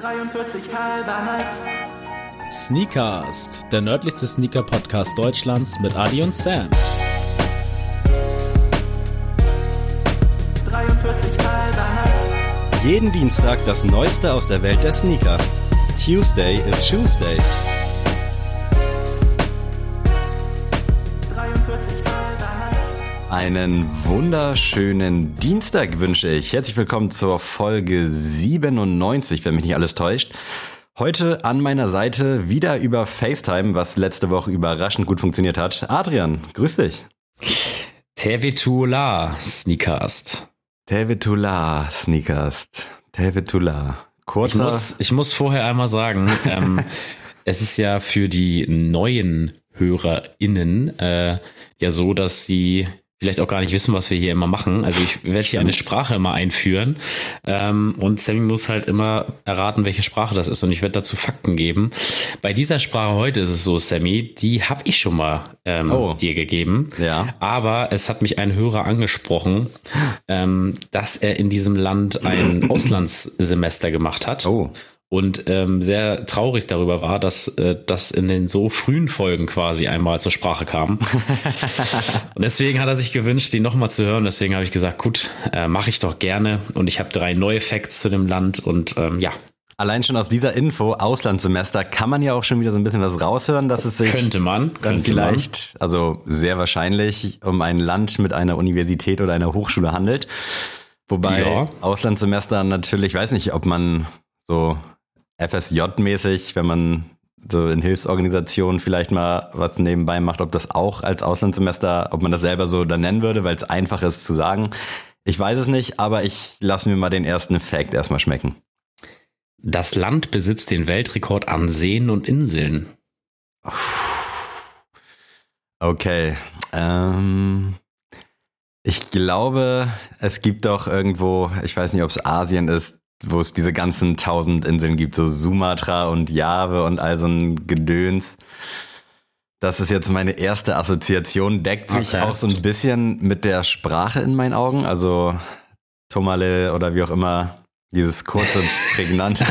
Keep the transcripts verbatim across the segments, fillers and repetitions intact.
dreiundvierzig halber Nights. Sneakcast, der nördlichste Sneaker-Podcast Deutschlands mit Adi und Sam. dreiundvierzig halber Nights. Jeden Dienstag das Neueste aus der Welt der Sneaker. Tuesday is Shoesday. dreiundvierzig halber Nights. Einen wunderschönen Dienstag wünsche ich. Herzlich willkommen zur Folge siebenundneunzig, wenn mich nicht alles täuscht. Heute an meiner Seite wieder über FaceTime, was letzte Woche überraschend gut funktioniert hat. Adrian, grüß dich. Tevetula Sneakcast. Tevetula Sneakcast. Tevetula. Kurzer. Ich muss, ich muss vorher einmal sagen, ähm, es ist ja für die neuen HörerInnen äh, ja so, dass sie vielleicht auch gar nicht wissen, was wir hier immer machen. Also ich werde hier eine Sprache immer einführen ähm, und Sammy muss halt immer erraten, welche Sprache das ist und ich werde dazu Fakten geben. Bei dieser Sprache heute ist es so, Sammy, die habe ich schon mal ähm, Oh. dir gegeben. Ja. Aber es hat mich ein Hörer angesprochen, ähm, dass er in diesem Land ein Auslandssemester gemacht hat. Oh. Und ähm, sehr traurig darüber war, dass äh, das in den so frühen Folgen quasi einmal zur Sprache kam. Und deswegen hat er sich gewünscht, die nochmal zu hören. Deswegen habe ich gesagt, gut, äh, mache ich doch gerne. Und ich habe drei neue Facts zu dem Land und ähm, ja. Allein schon aus dieser Info, Auslandssemester, kann man ja auch schon wieder so ein bisschen was raushören, dass es sich Könnte man, dann könnte vielleicht, also sehr wahrscheinlich, um ein Land mit einer Universität oder einer Hochschule handelt. Wobei Ja. Auslandssemester natürlich, ich weiß nicht, ob man so F S J-mäßig, wenn man so in Hilfsorganisationen vielleicht mal was nebenbei macht, ob das auch als Auslandssemester, ob man das selber so dann nennen würde, weil es einfach ist zu sagen. Ich weiß es nicht, aber ich lasse mir mal den ersten Fact erstmal schmecken. Das Land besitzt den Weltrekord an Seen und Inseln. Okay, ähm, ich glaube, es gibt doch irgendwo, ich weiß nicht, ob es Asien ist, wo es diese ganzen tausend Inseln gibt, so Sumatra und Java und all so ein Gedöns. Das ist jetzt meine erste Assoziation, deckt sich Okay. auch so ein bisschen mit der Sprache in meinen Augen, also Tomale oder wie auch immer, dieses kurze, prägnante.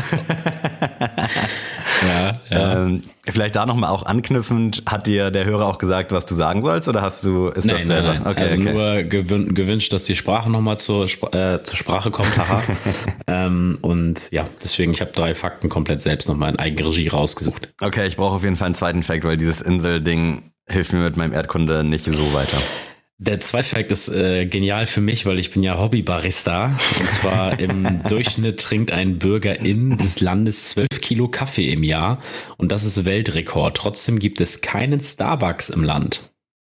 Ja, ja. Ähm, vielleicht da nochmal auch anknüpfend, hat dir der Hörer auch gesagt, was du sagen sollst, oder hast du, ist das Nein, selber? nein, nein. Okay, also okay. nur gewün gewünscht, dass die Sprache nochmal zur, Sp äh, zur Sprache kommt. Haha. ähm, und ja, deswegen, ich habe drei Fakten komplett selbst nochmal in Eigenregie rausgesucht. Okay, ich brauche auf jeden Fall einen zweiten Fact, weil dieses Insel-Ding hilft mir mit meinem Erdkunde nicht so weiter. Der zweite Fakt ist äh, genial für mich, weil ich bin ja Hobbybarista. Und zwar im Durchschnitt trinkt ein Bürgerin des Landes zwölf Kilo Kaffee im Jahr. Und das ist Weltrekord. Trotzdem gibt es keinen Starbucks im Land.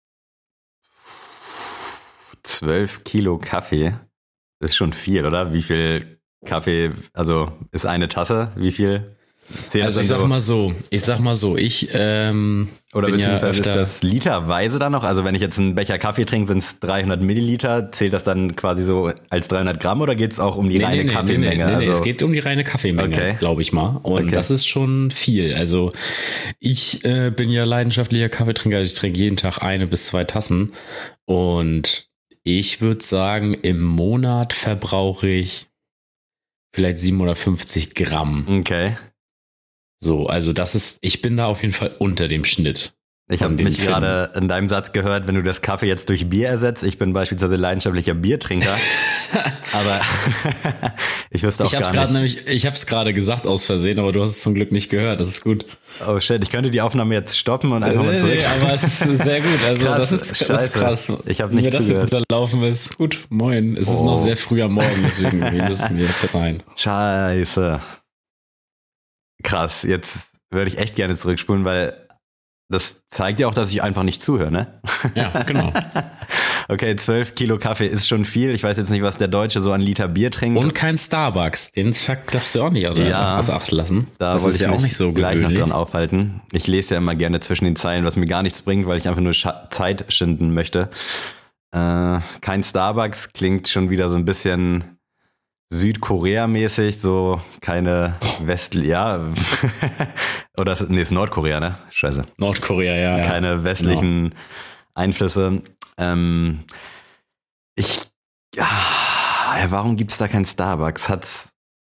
Zwölf Kilo Kaffee ist schon viel, oder? Wie viel Kaffee, also ist eine Tasse, wie viel? Zählt Also das ich dann sag so? mal so, ich sag mal so, ich ähm, Oder bin ja beziehungsweise öfter, ist das literweise dann noch? Also wenn ich jetzt einen Becher Kaffee trinke, sind es dreihundert Milliliter. Zählt das dann quasi so als dreihundert Gramm oder geht es auch um die Nee, reine nee, nee, Kaffeemenge? Nee, nee, nee, also, es geht um die reine Kaffeemenge, Okay. glaube ich mal. Und Okay. das ist schon viel. Also ich äh, bin ja leidenschaftlicher Kaffeetrinker. Also ich trinke jeden Tag eine bis zwei Tassen. Und ich würde sagen, im Monat verbrauche ich vielleicht siebenhundertfünfzig Gramm. okay. So, also das ist, ich bin da auf jeden Fall unter dem Schnitt. Ich habe Von den mich Filmen. gerade in deinem Satz gehört, wenn du das Kaffee jetzt durch Bier ersetzt. Ich bin beispielsweise leidenschaftlicher Biertrinker, aber ich wüsste auch Ich habe es gar gerade nicht. nämlich, ich habe es gerade gesagt aus Versehen, aber du hast es zum Glück nicht gehört. Das ist gut. Oh shit, ich könnte die Aufnahme jetzt stoppen und einfach mal Nee, zurück. nee, aber es ist sehr gut. Also Krass, das, ist, das ist scheiße. krass. Ich hab nicht Wenn mir das zugehört. jetzt unterlaufen ist, gut, moin. Es ist Oh. noch sehr früh am Morgen, deswegen wir müssen wir verzeihen. Scheiße. Krass, jetzt würde ich echt gerne zurückspulen, weil das zeigt ja auch, dass ich einfach nicht zuhöre, ne? Ja, genau. Okay, zwölf Kilo Kaffee ist schon viel. Ich weiß jetzt nicht, was der Deutsche so an Liter Bier trinkt. Und kein Starbucks. Den Fakt darfst du auch nicht außer, Ja. außer Acht lassen. Da das wollte ist ich ja auch mich nicht so gleich noch gewöhnlich. dran aufhalten. Ich lese ja immer gerne zwischen den Zeilen, was mir gar nichts bringt, weil ich einfach nur Scha- Zeit schinden möchte. Äh, kein Starbucks klingt schon wieder so ein bisschen Südkorea-mäßig, so keine West... Ja, oder ist- nee, ist Nordkorea, ne? Scheiße. Nordkorea, ja. ja. Keine westlichen Einflüsse. Ähm, ich... Ja, warum gibt's da kein Starbucks? Hat's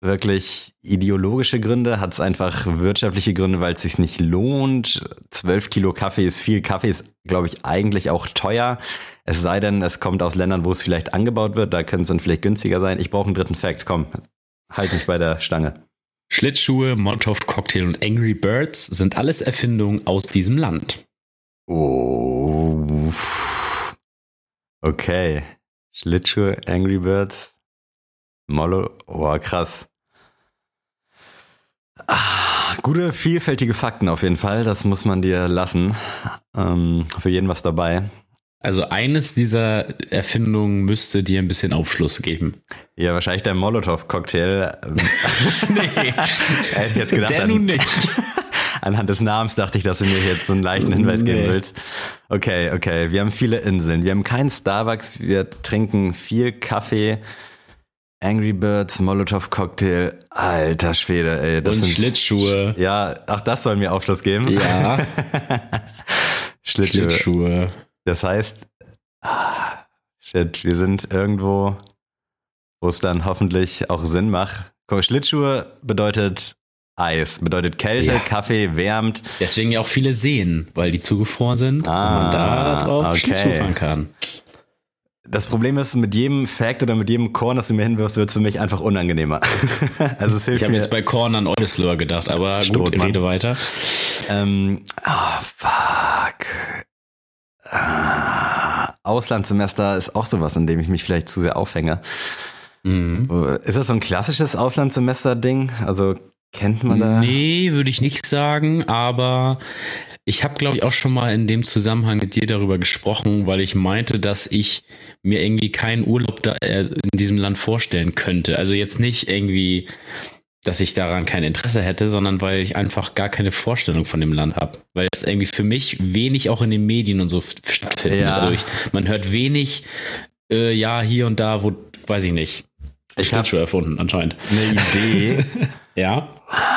wirklich ideologische Gründe? Hat es einfach wirtschaftliche Gründe, weil es sich nicht lohnt? Zwölf Kilo Kaffee ist viel. Kaffee ist, glaube ich, eigentlich auch teuer. Es sei denn, es kommt aus Ländern, wo es vielleicht angebaut wird. Da könnte es dann vielleicht günstiger sein. Ich brauche einen dritten Fact. Komm, halt mich bei der Stange. Schlittschuhe, Molotow-Cocktail und Angry Birds sind alles Erfindungen aus diesem Land. Oh. Okay. Schlittschuhe, Angry Birds, Molo. Oh, krass. Ah, gute, vielfältige Fakten auf jeden Fall. Das muss man dir lassen. Ähm, für jeden was dabei. Also eines dieser Erfindungen müsste dir ein bisschen Aufschluss geben. Ja, wahrscheinlich der Molotow-Cocktail. Nee, hätte ich jetzt gedacht, der an, nun nicht. Anhand des Namens dachte ich, dass du mir jetzt so einen leichten Hinweis Nee. geben willst. Okay, okay. Wir haben viele Inseln. Wir haben keinen Starbucks. Wir trinken viel Kaffee. Angry Birds, Molotow-Cocktail. Alter Schwede, ey. Das Und sind Schlittschuhe. Ja, ach, das soll mir Aufschluss geben. Ja, Schlittschuhe. Schlittschuhe. Das heißt, ah, shit, wir sind irgendwo, wo es dann hoffentlich auch Sinn macht. Guck mal, Schlittschuhe bedeutet Eis, bedeutet Kälte, Ja. Kaffee wärmt. Deswegen ja auch viele Seen, weil die zugefroren sind Ah, und man da drauf okay. Schlittschuh fahren kann. Das Problem ist, mit jedem Fact oder mit jedem Korn, das du mir hinwirfst, wird es für mich einfach unangenehmer. Also es hilft Ich habe mir. jetzt bei Korn an Oldesloe gedacht, aber gut, Strohmann. rede weiter. Ähm, ah, fuck. Ah, Auslandssemester ist auch sowas, in dem ich mich vielleicht zu sehr aufhänge. Mhm. Ist das so ein klassisches Auslandssemester-Ding? Also kennt man da? Nee, würde ich nicht sagen, aber ich habe, glaube ich, auch schon mal in dem Zusammenhang mit dir darüber gesprochen, weil ich meinte, dass ich mir irgendwie keinen Urlaub da äh, in diesem Land vorstellen könnte. Also jetzt nicht irgendwie, dass ich daran kein Interesse hätte, sondern weil ich einfach gar keine Vorstellung von dem Land habe. Weil es irgendwie für mich wenig auch in den Medien und so stattfindet. Ja. Also ich, man hört wenig, äh, ja, hier und da, wo, weiß ich nicht. Ich hab- Schlittschuh erfunden, anscheinend. Eine Idee, Ja.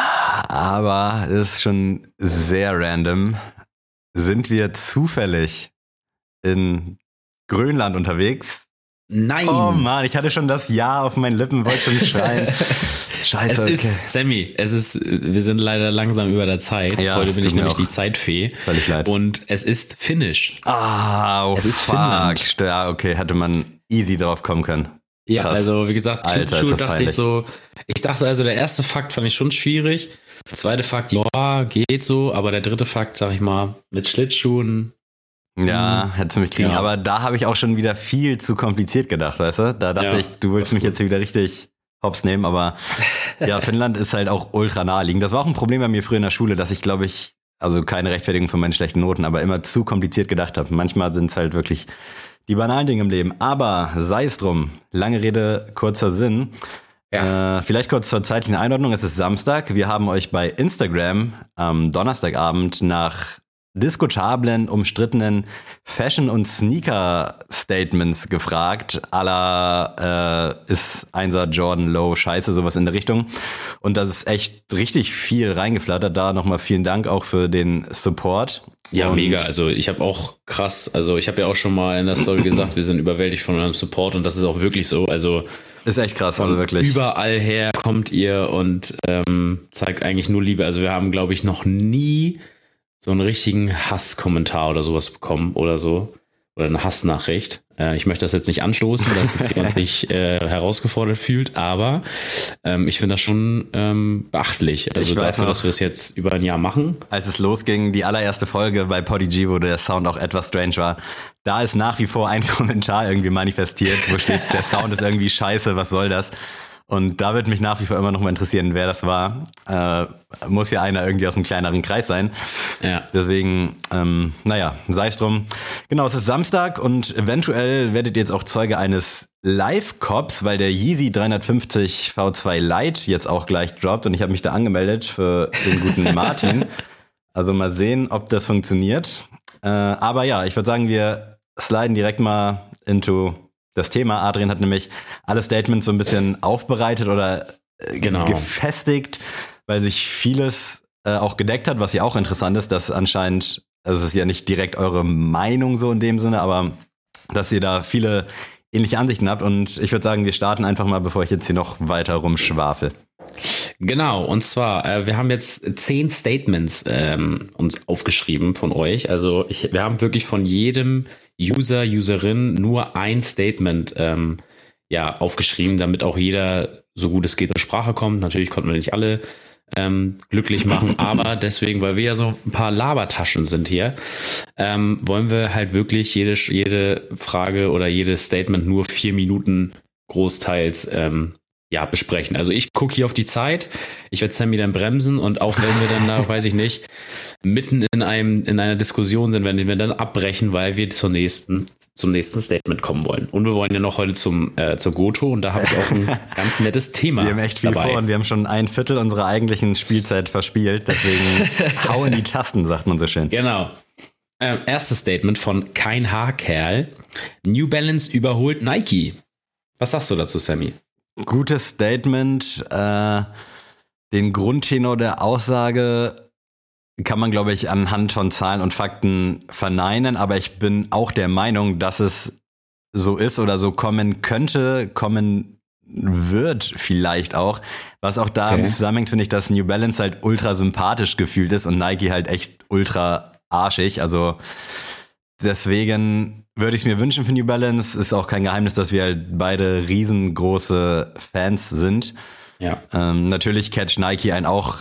aber das ist schon sehr random. Sind wir zufällig in Grönland unterwegs? Nein. Oh Mann, ich hatte schon das Ja auf meinen Lippen, wollte schon schreien. Es Scheiße, okay. ist, Sammy, es ist, wir sind leider langsam über der Zeit. Ja, Heute es bin tut ich mir nämlich auch die Zeitfee. Völlig leid. Und es ist Finnisch. Ah, oh Es ist fuck. Finnland. Ja, okay, hätte man easy drauf kommen können. Ja, Krass. also wie gesagt, Alter, Schlittschuh ist das dachte peinlich. ich so, ich dachte also, der erste Fakt fand ich schon schwierig. Der zweite Fakt, ja, geht so, aber der dritte Fakt, sag ich mal, mit Schlittschuhen. Ja, hättest du mich kriegen. Ja. Aber da habe ich auch schon wieder viel zu kompliziert gedacht, weißt du? Da dachte Ja, ich, du willst das ist mich gut. jetzt hier wieder richtig hops nehmen, aber ja, Finnland ist halt auch ultra naheliegend. Das war auch ein Problem bei mir früher in der Schule, dass ich, glaube ich, also keine Rechtfertigung für meine schlechten Noten, aber immer zu kompliziert gedacht habe. Manchmal sind es halt wirklich die banalen Dinge im Leben. Aber sei es drum, lange Rede, kurzer Sinn. Ja. Äh, vielleicht kurz zur zeitlichen Einordnung. Es ist Samstag. Wir haben euch bei Instagram am Donnerstagabend nach diskutablen, umstrittenen Fashion- und Sneaker-Statements gefragt. À la, äh, ist Einser Jordan Low scheiße, sowas in der Richtung. Und das ist echt richtig viel reingeflattert. Da nochmal vielen Dank auch für den Support. Ja, Und mega. Also ich habe auch krass, also ich habe ja auch schon mal in der Story gesagt, wir sind überwältigt von eurem Support und das ist auch wirklich so. Also Ist echt krass, von also wirklich. überall her kommt ihr und ähm, zeigt eigentlich nur Liebe. Also wir haben, glaube ich, noch nie so einen richtigen Hasskommentar oder sowas bekommen oder so. Oder eine Hassnachricht. Äh, ich möchte das jetzt nicht anstoßen, dass jetzt jemand sich äh, herausgefordert fühlt, aber ähm, ich finde das schon ähm, beachtlich. Also Ich weiß dafür, noch. dass wir es jetzt über ein Jahr machen. Als es losging, die allererste Folge bei Podigy, wo der Sound auch etwas strange war, da ist nach wie vor ein Kommentar irgendwie manifestiert, wo steht, der Sound ist irgendwie scheiße, was soll das? Und da wird mich nach wie vor immer noch mal interessieren, wer das war. Äh, muss ja einer irgendwie aus einem kleineren Kreis sein. Ja. Deswegen, ähm, naja, sei es drum. Genau, es ist Samstag und eventuell werdet ihr jetzt auch Zeuge eines Live-Cops, weil der Yeezy dreihundertfünfzig V zwei Lite jetzt auch gleich droppt und ich habe mich da angemeldet für den guten Martin. Also mal sehen, ob das funktioniert. Äh, aber ja, ich würde sagen, wir sliden direkt mal into das Thema. Adrian hat nämlich alle Statements so ein bisschen aufbereitet oder äh, Genau. gefestigt, weil sich vieles äh, auch gedeckt hat, was ja auch interessant ist, dass anscheinend, also es ist ja nicht direkt eure Meinung so in dem Sinne, aber dass ihr da viele ähnliche Ansichten habt und ich würde sagen, wir starten einfach mal, bevor ich jetzt hier noch weiter rumschwafel. Genau, und zwar, äh, wir haben jetzt zehn Statements ähm, uns aufgeschrieben von euch. Also ich, wir haben wirklich von jedem User, Userin nur ein Statement ähm, ja, aufgeschrieben, damit auch jeder, so gut es geht, zur Sprache kommt. Natürlich konnten wir nicht alle ähm, glücklich machen, aber deswegen, weil wir ja so ein paar Labertaschen sind hier, ähm, wollen wir halt wirklich jede, jede Frage oder jedes Statement nur vier Minuten großteils ähm, ja, besprechen. Also ich gucke hier auf die Zeit, ich werde Sammy dann bremsen und auch wenn wir dann da, weiß ich nicht, mitten in einem in einer Diskussion sind, werden wir dann abbrechen, weil wir zur nächsten, zum nächsten Statement kommen wollen. Und wir wollen ja noch heute zum äh, zur Goto und da habe ich auch ein ganz nettes Thema. Wir haben echt viel dabei. vor und wir haben schon ein Viertel unserer eigentlichen Spielzeit verspielt, deswegen hau in die Tasten, sagt man so schön. Genau. Ähm, erstes Statement von Kein Haarkerl. New Balance überholt Nike. Was sagst du dazu, Sammy? Gutes Statement. Äh, den Grundtenor der Aussage kann man, glaube ich, anhand von Zahlen und Fakten verneinen, aber ich bin auch der Meinung, dass es so ist oder so kommen könnte, kommen wird vielleicht auch. Was auch da Okay. zusammenhängt, finde ich, dass New Balance halt ultra sympathisch gefühlt ist und Nike halt echt ultra arschig. Also deswegen würde ich es mir wünschen für New Balance. Ist auch kein Geheimnis, dass wir halt beide riesengroße Fans sind. Ja. Ähm, natürlich catcht Nike einen auch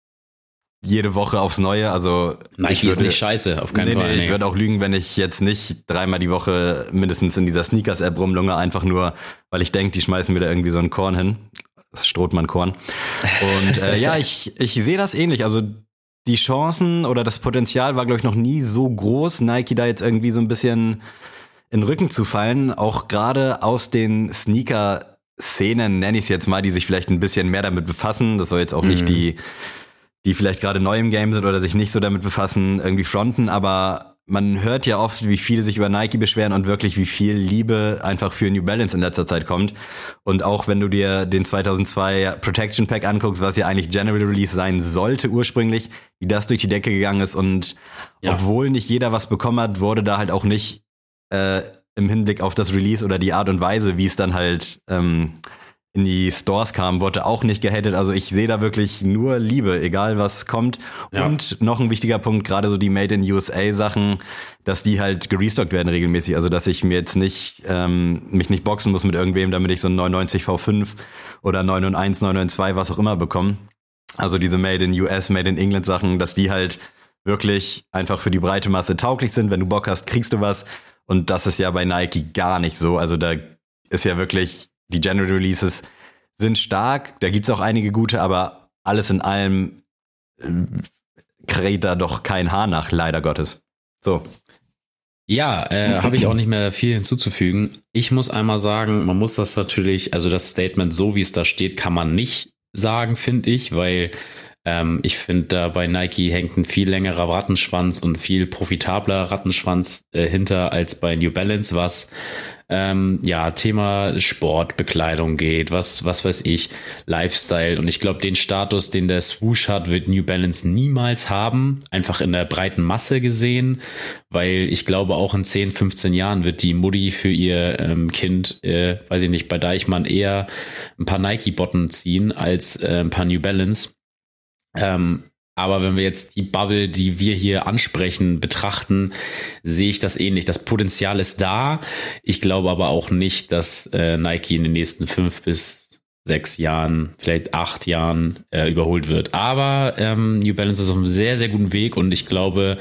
jede Woche aufs Neue. Also Nike ich würde, ist nicht scheiße, auf keinen nee, Fall. Nee, ich nee. würde auch lügen, wenn ich jetzt nicht dreimal die Woche mindestens in dieser Sneakers-App rumlunge, einfach nur, weil ich denke, die schmeißen mir da irgendwie so ein Korn hin. Das Strothmann-Korn. Und äh, ja, ich, ich sehe das ähnlich. Also die Chancen oder das Potenzial war, glaube ich, noch nie so groß, Nike da jetzt irgendwie so ein bisschen in den Rücken zu fallen. Auch gerade aus den Sneaker-Szenen, nenne ich es jetzt mal, die sich vielleicht ein bisschen mehr damit befassen. Das soll jetzt auch Mhm. nicht die, die vielleicht gerade neu im Game sind oder sich nicht so damit befassen, irgendwie fronten. Aber man hört ja oft, wie viele sich über Nike beschweren und wirklich wie viel Liebe einfach für New Balance in letzter Zeit kommt. Und auch wenn du dir den zweitausendzwei Protection Pack anguckst, was ja eigentlich General Release sein sollte ursprünglich, wie das durch die Decke gegangen ist und Ja. obwohl nicht jeder was bekommen hat, wurde da halt auch nicht äh, im Hinblick auf das Release oder die Art und Weise, wie es dann halt ähm, in die Stores kam, wurde auch nicht gehatet. Also ich sehe da wirklich nur Liebe, egal was kommt. Ja. Und noch ein wichtiger Punkt, gerade so die Made in U S A Sachen, dass die halt gerestockt werden regelmäßig. Also dass ich mir jetzt nicht ähm, mich nicht boxen muss mit irgendwem, damit ich so ein neunundneunzig V fünf oder neun null eins, neun neun zwei, was auch immer bekomme. Also diese Made in U S, Made in England Sachen, dass die halt wirklich einfach für die breite Masse tauglich sind. Wenn du Bock hast, kriegst du was. Und das ist ja bei Nike gar nicht so. Also da ist ja wirklich, die General Releases sind stark. Da gibt's auch einige gute, aber alles in allem äh, kräht da doch kein Haar nach, leider Gottes. So. Ja, äh, habe ich auch nicht mehr viel hinzuzufügen. Ich muss einmal sagen, man muss das natürlich, also das Statement, so wie es da steht, kann man nicht sagen, finde ich, weil ähm, ich finde, da bei Nike hängt ein viel längerer Rattenschwanz und viel profitabler Rattenschwanz äh, hinter als bei New Balance, was ähm, ja Thema Sportbekleidung geht, was was weiß ich, Lifestyle. Und ich glaube, den Status, den der Swoosh hat, wird New Balance niemals haben, einfach in der breiten Masse gesehen, weil ich glaube, auch in zehn, fünfzehn Jahren wird die Mutti für ihr ähm, Kind, äh, weiß ich nicht, bei Deichmann eher ein paar Nike-Botten ziehen als äh, ein paar New Balance. Ähm, aber wenn wir jetzt die Bubble, die wir hier ansprechen, betrachten, sehe ich das ähnlich. Das Potenzial ist da. Ich glaube aber auch nicht, dass äh, Nike in den nächsten fünf bis sechs Jahren, vielleicht acht Jahren äh, überholt wird. Aber ähm, New Balance ist auf einem sehr, sehr guten Weg und ich glaube,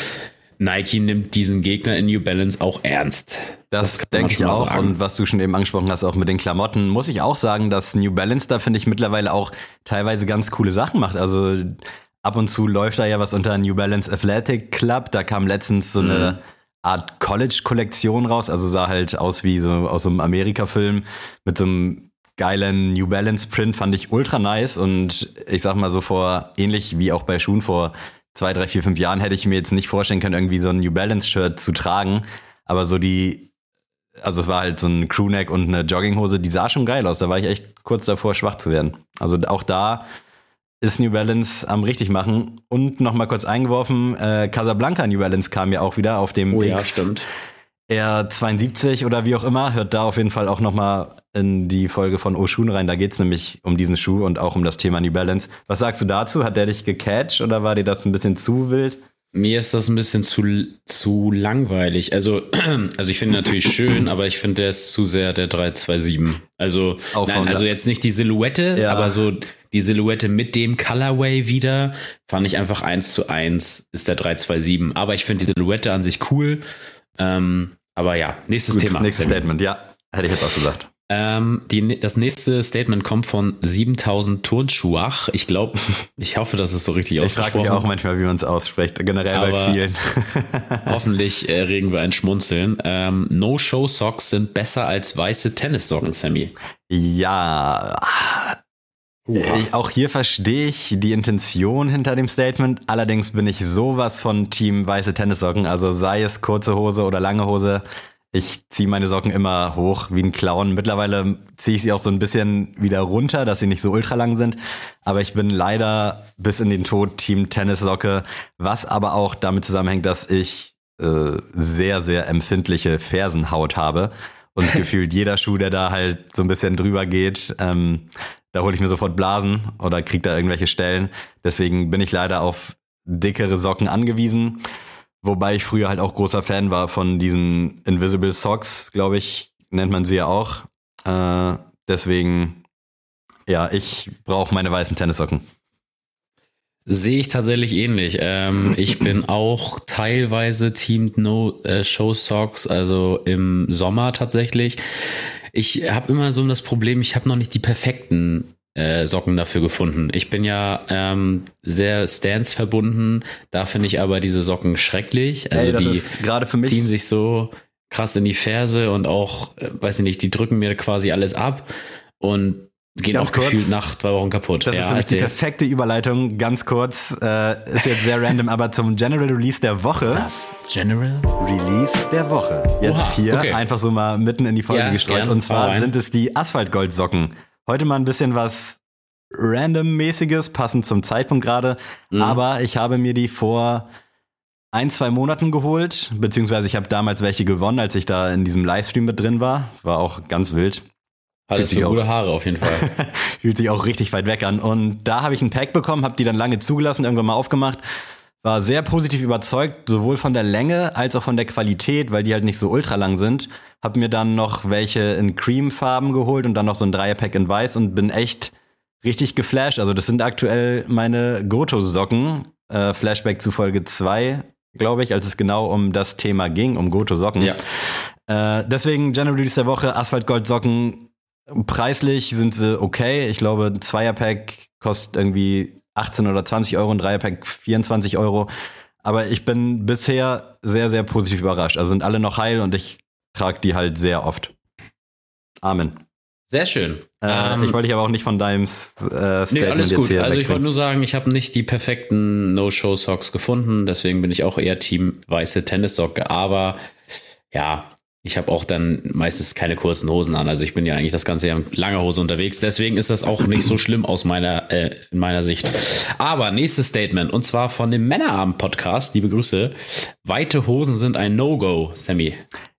Nike nimmt diesen Gegner in New Balance auch ernst. Das, Das kann man denke ich schon mal auch. sagen. Und was du schon eben angesprochen hast, auch mit den Klamotten, muss ich auch sagen, dass New Balance da, finde ich, mittlerweile auch teilweise ganz coole Sachen macht. Also ab und zu läuft da ja was unter New Balance Athletic Club. Da kam letztens so eine Mhm. Art College-Kollektion raus. Also sah halt aus wie so aus so einem Amerika-Film mit so einem geilen New Balance Print. Fand ich ultra nice. Und ich sag mal so vor, ähnlich wie auch bei Schuhen vor zwei, drei, vier, fünf Jahren hätte ich mir jetzt nicht vorstellen können, irgendwie so ein New Balance Shirt zu tragen. Aber so die, also es war halt so ein Crewneck und eine Jogginghose, die sah schon geil aus. Da war ich echt kurz davor, schwach zu werden. Also auch da ist New Balance am richtig machen. Und nochmal kurz eingeworfen, äh, Casablanca New Balance kam ja auch wieder auf dem Oh ja, X, stimmt. R zweiundsiebzig oder wie auch immer, hört da auf jeden Fall auch nochmal in die Folge von O-Schuhen rein. Da geht es nämlich um diesen Schuh und auch um das Thema New Balance. Was sagst du dazu? Hat der dich gecatcht oder war dir das ein bisschen zu wild? Mir ist das ein bisschen zu, zu langweilig. Also, also ich finde ihn natürlich schön, aber ich finde, der ist zu sehr der drei zwei sieben. Also, Auch nein, also jetzt nicht die Silhouette, Ja. aber so die Silhouette mit dem Colorway wieder, fand ich einfach eins zu eins ist der drei zwei sieben. Aber ich finde die Silhouette an sich cool. Ähm, aber ja, nächstes Gut, Thema. nächstes Sammy. Statement, ja. Hätte ich jetzt auch gesagt. Ähm, die, das nächste Statement kommt von siebentausend Turnschuhach. Ich glaube, ich hoffe, das ist so richtig Ich frage ausgesprochen. mich auch manchmal, wie man es ausspricht. Generell Aber bei vielen. Hoffentlich äh, regen wir ein Schmunzeln. Ähm, No-Show-Socks sind besser als weiße Tennissocken, Sammy. Ja. Ich, auch hier verstehe ich die Intention hinter dem Statement. Allerdings bin ich sowas von Team weiße Tennissocken. Also sei es kurze Hose oder lange Hose. Ich ziehe meine Socken immer hoch wie ein Clown. Mittlerweile ziehe ich sie auch so ein bisschen wieder runter, dass sie nicht so ultra lang sind. Aber ich bin leider bis in den Tod Team Tennissocke, was aber auch damit zusammenhängt, dass ich äh, sehr, sehr empfindliche Fersenhaut habe. Und gefühlt jeder Schuh, der da halt so ein bisschen drüber geht, ähm, da hole ich mir sofort Blasen oder kriege da irgendwelche Stellen. Deswegen bin ich leider auf dickere Socken angewiesen. Wobei ich früher halt auch großer Fan war von diesen Invisible Socks, glaube ich, nennt man sie ja auch. Äh, deswegen, ja, ich brauche meine weißen Tennissocken. Sehe ich tatsächlich ähnlich. Ähm, ich bin auch teilweise Team No-Show-Socks, also im Sommer tatsächlich. Ich habe immer so das Problem, ich habe noch nicht die perfekten äh, Socken dafür gefunden. Ich bin ja ähm, sehr Stance verbunden, da finde ich aber diese Socken schrecklich. Also Ey, das die ist gerade für mich ziehen sich so krass in die Ferse und auch, äh, weiß ich nicht, die drücken mir quasi alles ab und gehen Ganz auch kurz, gefühlt nach zwei Wochen kaputt. Das ja, ist für mich die erzähl. perfekte Überleitung. Ganz kurz, äh, ist jetzt sehr random, aber zum General Release der Woche. Das General? Release der Woche. Jetzt Oha, hier okay. einfach so mal mitten in die Folge Ja, gestreut. gern, Und hau zwar rein. sind es die Asphaltgoldsocken. Heute mal ein bisschen was Random-mäßiges, passend zum Zeitpunkt gerade. Mhm. Aber ich habe mir die vor ein, zwei Monaten geholt. Beziehungsweise ich habe damals welche gewonnen, als ich da in diesem Livestream mit drin war. War auch ganz wild. Hattest sich du auch- gute Haare auf jeden Fall. Fühlt sich auch richtig weit weg an. Und da habe ich ein Pack bekommen, habe die dann lange zugelassen, irgendwann mal aufgemacht. War sehr positiv überzeugt, sowohl von der Länge als auch von der Qualität, weil die halt nicht so ultra lang sind. Hab mir dann noch welche in Cream-Farben geholt und dann noch so ein Dreierpack in Weiß und bin echt richtig geflasht. Also das sind aktuell meine Goto-Socken. Äh, Flashback zu Folge zwei, glaube ich, als es genau um das Thema ging, um Goto-Socken. Ja. Äh, deswegen General Release der Woche, Asphaltgold-Socken. Preislich sind sie okay. Ich glaube, ein Zweierpack kostet irgendwie achtzehn oder zwanzig Euro, ein Dreierpack vierundzwanzig Euro. Aber ich bin bisher sehr, sehr positiv überrascht. Also sind alle noch heil und ich trage die halt sehr oft. Amen. Sehr schön. Äh, Ähm, ich wollte dich aber auch nicht von deinem äh, Statement Nee, alles jetzt gut. hier Also ich wegbringen. wollte nur sagen, ich habe nicht die perfekten No-Show-Socks gefunden, deswegen bin ich auch eher Team weiße Tennissocke, aber ja, ich habe auch dann meistens keine kurzen Hosen an, also ich bin ja eigentlich das ganze Jahr in langer Hose unterwegs, deswegen ist das auch nicht so schlimm aus meiner, äh, in meiner Sicht. Aber nächstes Statement, und zwar von dem Männerabend-Podcast, liebe Grüße, weite Hosen sind ein No-Go, Sammy.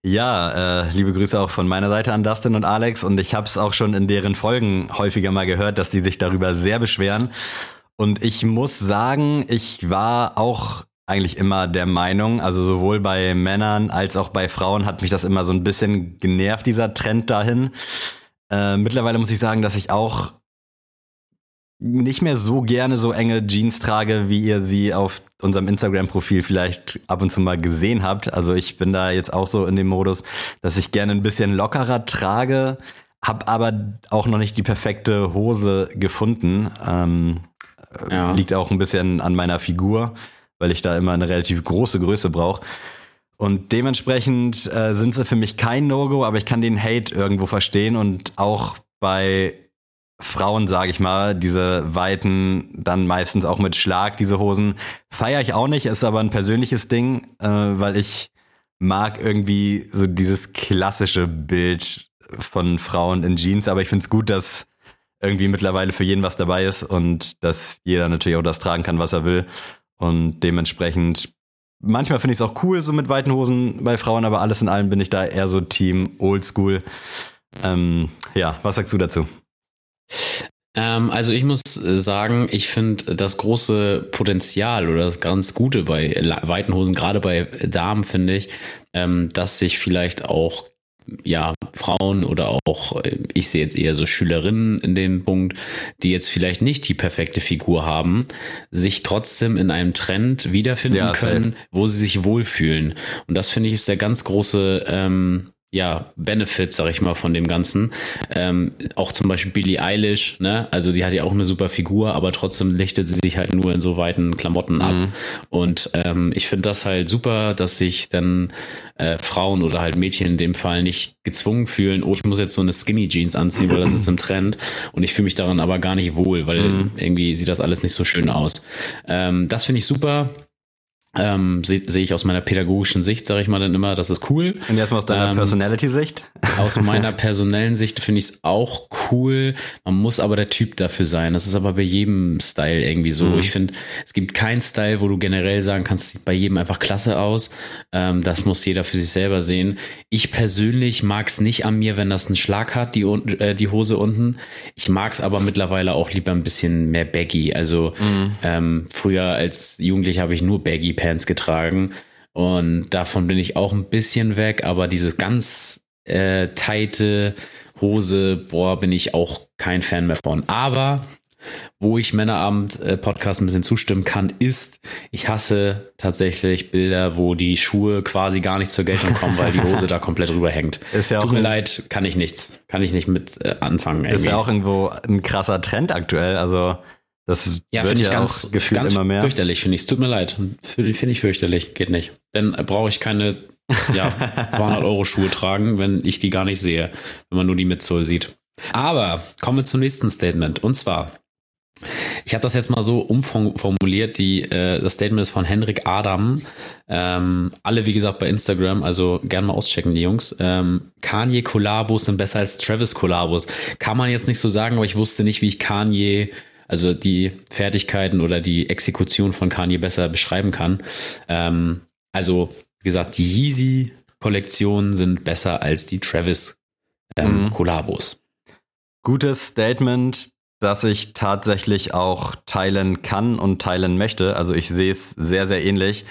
Ja, äh, liebe Grüße auch von meiner Seite an Dustin und Alex. Und ich habe es auch schon in deren Folgen häufiger mal gehört, dass die sich darüber sehr beschweren. Und ich muss sagen, ich war auch eigentlich immer der Meinung, also sowohl bei Männern als auch bei Frauen hat mich das immer so ein bisschen genervt, dieser Trend dahin. Äh, mittlerweile muss ich sagen, dass ich auch nicht mehr so gerne so enge Jeans trage, wie ihr sie auf unserem Instagram-Profil vielleicht ab und zu mal gesehen habt. Also ich bin da jetzt auch so in dem Modus, dass ich gerne ein bisschen lockerer trage, habe aber auch noch nicht die perfekte Hose gefunden. Ähm, Ja. Liegt auch ein bisschen an meiner Figur, weil ich da immer eine relativ große Größe brauche. Und dementsprechend äh, sind sie für mich kein No-Go, aber ich kann den Hate irgendwo verstehen und auch bei Frauen, sage ich mal, diese weiten, dann meistens auch mit Schlag, diese Hosen, feiere ich auch nicht, ist aber ein persönliches Ding, äh, weil ich mag irgendwie so dieses klassische Bild von Frauen in Jeans, aber ich finde es gut, dass irgendwie mittlerweile für jeden was dabei ist und dass jeder natürlich auch das tragen kann, was er will und dementsprechend manchmal finde ich es auch cool, so mit weiten Hosen bei Frauen, aber alles in allem bin ich da eher so Team Oldschool. Ähm, ja, was sagst du dazu? Ähm, also ich muss sagen, ich finde das große Potenzial oder das ganz Gute bei weiten Hosen, gerade bei Damen, finde ich, ähm, dass sich vielleicht auch ja Frauen oder auch, ich sehe jetzt eher so Schülerinnen in dem Punkt, die jetzt vielleicht nicht die perfekte Figur haben, sich trotzdem in einem Trend wiederfinden Ja, können, safe. wo sie sich wohlfühlen. Und das finde ich ist der ganz große ähm, ja, Benefit, sag ich mal, von dem Ganzen. Ähm, auch zum Beispiel Billie Eilish, ne? Also die hat ja auch eine super Figur, aber trotzdem lichtet sie sich halt nur in so weiten Klamotten ab. Mhm. Und ähm, ich finde das halt super, dass sich dann äh, Frauen oder halt Mädchen in dem Fall nicht gezwungen fühlen, oh, ich muss jetzt so eine Skinny Jeans anziehen, weil das ist im Trend. Und ich fühle mich daran aber gar nicht wohl, weil Mhm. irgendwie sieht das alles nicht so schön aus. Ähm, das finde ich super. Ähm, sehe seh ich aus meiner pädagogischen Sicht, sage ich mal dann immer, das ist cool. Und jetzt mal aus deiner Ähm, Personality-Sicht? Aus meiner personellen Sicht finde ich es auch cool. Man muss aber der Typ dafür sein. Das ist aber bei jedem Style irgendwie so. Mhm. Ich finde, es gibt keinen Style, wo du generell sagen kannst, sieht bei jedem einfach klasse aus. Ähm, das muss jeder für sich selber sehen. Ich persönlich mag es nicht an mir, wenn das einen Schlag hat, die, äh, die Hose unten. Ich mag es aber mittlerweile auch lieber ein bisschen mehr baggy. Also Mhm. ähm, früher als Jugendlicher habe ich nur Baggy Pants getragen. Und davon bin ich auch ein bisschen weg, aber dieses ganz äh, tighte Hose, boah, bin ich auch kein Fan mehr von. Aber wo ich Männerabend-Podcast ein bisschen zustimmen kann, ist, ich hasse tatsächlich Bilder, wo die Schuhe quasi gar nicht zur Geltung kommen, weil die Hose da komplett rüberhängt. Ist ja auch Tut mir ein- leid, kann ich nichts. Kann ich nicht mit äh, anfangen. Ist irgendwie. ja auch irgendwo ein krasser Trend aktuell. Also das Ja, wird finde ich ja ganz, auch gefühlt ganz immer mehr. fürchterlich, finde ich. Es tut mir leid. Finde find ich fürchterlich. Geht nicht. Dann brauche ich keine ja, zweihundert Euro Schuhe tragen, wenn ich die gar nicht sehe, wenn man nur die Midsole sieht. Aber kommen wir zum nächsten Statement. Und zwar, ich habe das jetzt mal so umformuliert, die, äh, das Statement ist von Hendrik Adam. Ähm, alle, wie gesagt, bei Instagram, also gerne mal auschecken, die Jungs. Ähm, Kanye-Kollabos sind besser als Travis-Kollabos. Kann man jetzt nicht so sagen, aber ich wusste nicht, wie ich Kanye, also die Fertigkeiten oder die Exekution von Kanye besser beschreiben kann. Ähm, also, wie gesagt, die Yeezy-Kollektionen sind besser als die Travis-Kollabos. Mhm. Gutes Statement, das ich tatsächlich auch teilen kann und teilen möchte. Also ich sehe es sehr, sehr ähnlich.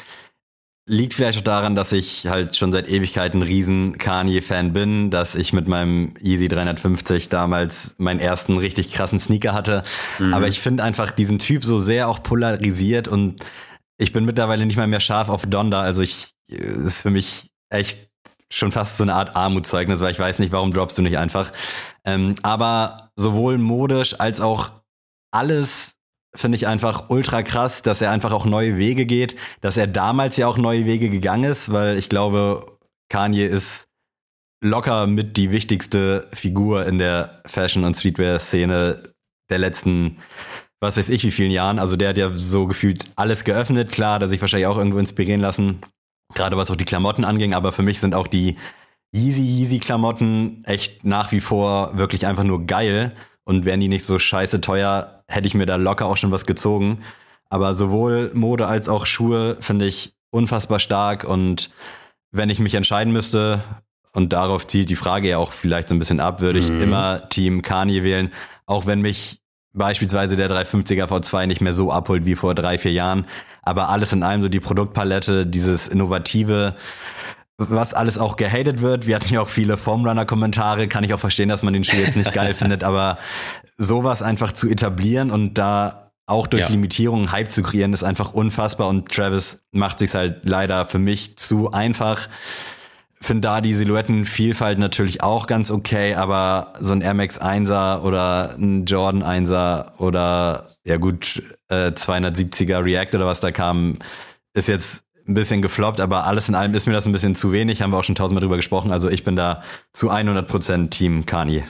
Liegt vielleicht auch daran, dass ich halt schon seit Ewigkeiten ein riesen Kanye-Fan bin, dass ich mit meinem Yeezy dreihundertfünfzig damals meinen ersten richtig krassen Sneaker hatte. Mhm. Aber ich finde einfach diesen Typ so sehr auch polarisiert und ich bin mittlerweile nicht mal mehr scharf auf Donda. Also ich, es ist für mich echt schon fast so eine Art Armutszeugnis, weil ich weiß nicht, warum droppst du nicht einfach. Ähm, aber sowohl modisch als auch alles finde ich einfach ultra krass, dass er einfach auch neue Wege geht, dass er damals ja auch neue Wege gegangen ist, weil ich glaube, Kanye ist locker mit die wichtigste Figur in der Fashion- und Streetwear-Szene der letzten, was weiß ich, wie vielen Jahren. Also der hat ja so gefühlt alles geöffnet. Klar, hat er sich wahrscheinlich auch irgendwo inspirieren lassen, gerade was auch die Klamotten anging, aber für mich sind auch die Yeezy Yeezy Klamotten echt nach wie vor wirklich einfach nur geil und wären die nicht so scheiße teuer, hätte ich mir da locker auch schon was gezogen. Aber sowohl Mode als auch Schuhe finde ich unfassbar stark und wenn ich mich entscheiden müsste, und darauf zielt die Frage ja auch vielleicht so ein bisschen ab, würde ich Mhm. immer Team Kanye wählen, auch wenn mich beispielsweise der dreihundertfünfziger V zwei nicht mehr so abholt wie vor drei, vier Jahren. Aber alles in allem so die Produktpalette, dieses Innovative, was alles auch gehatet wird. Wir hatten ja auch viele Formrunner-Kommentare. Kann ich auch verstehen, dass man den Schuh jetzt nicht geil findet. Aber sowas einfach zu etablieren und da auch durch Ja. Limitierungen Hype zu kreieren, ist einfach unfassbar. Und Travis macht sich's halt leider für mich zu einfach. Finde da die Silhouettenvielfalt natürlich auch ganz okay, aber so ein Air Max Einser oder ein Jordan Einser oder ja gut, äh, zweihundertsiebziger React oder was da kam, ist jetzt ein bisschen gefloppt, aber alles in allem ist mir das ein bisschen zu wenig, haben wir auch schon tausendmal drüber gesprochen, also ich bin da zu hundert Prozent Team Kanye.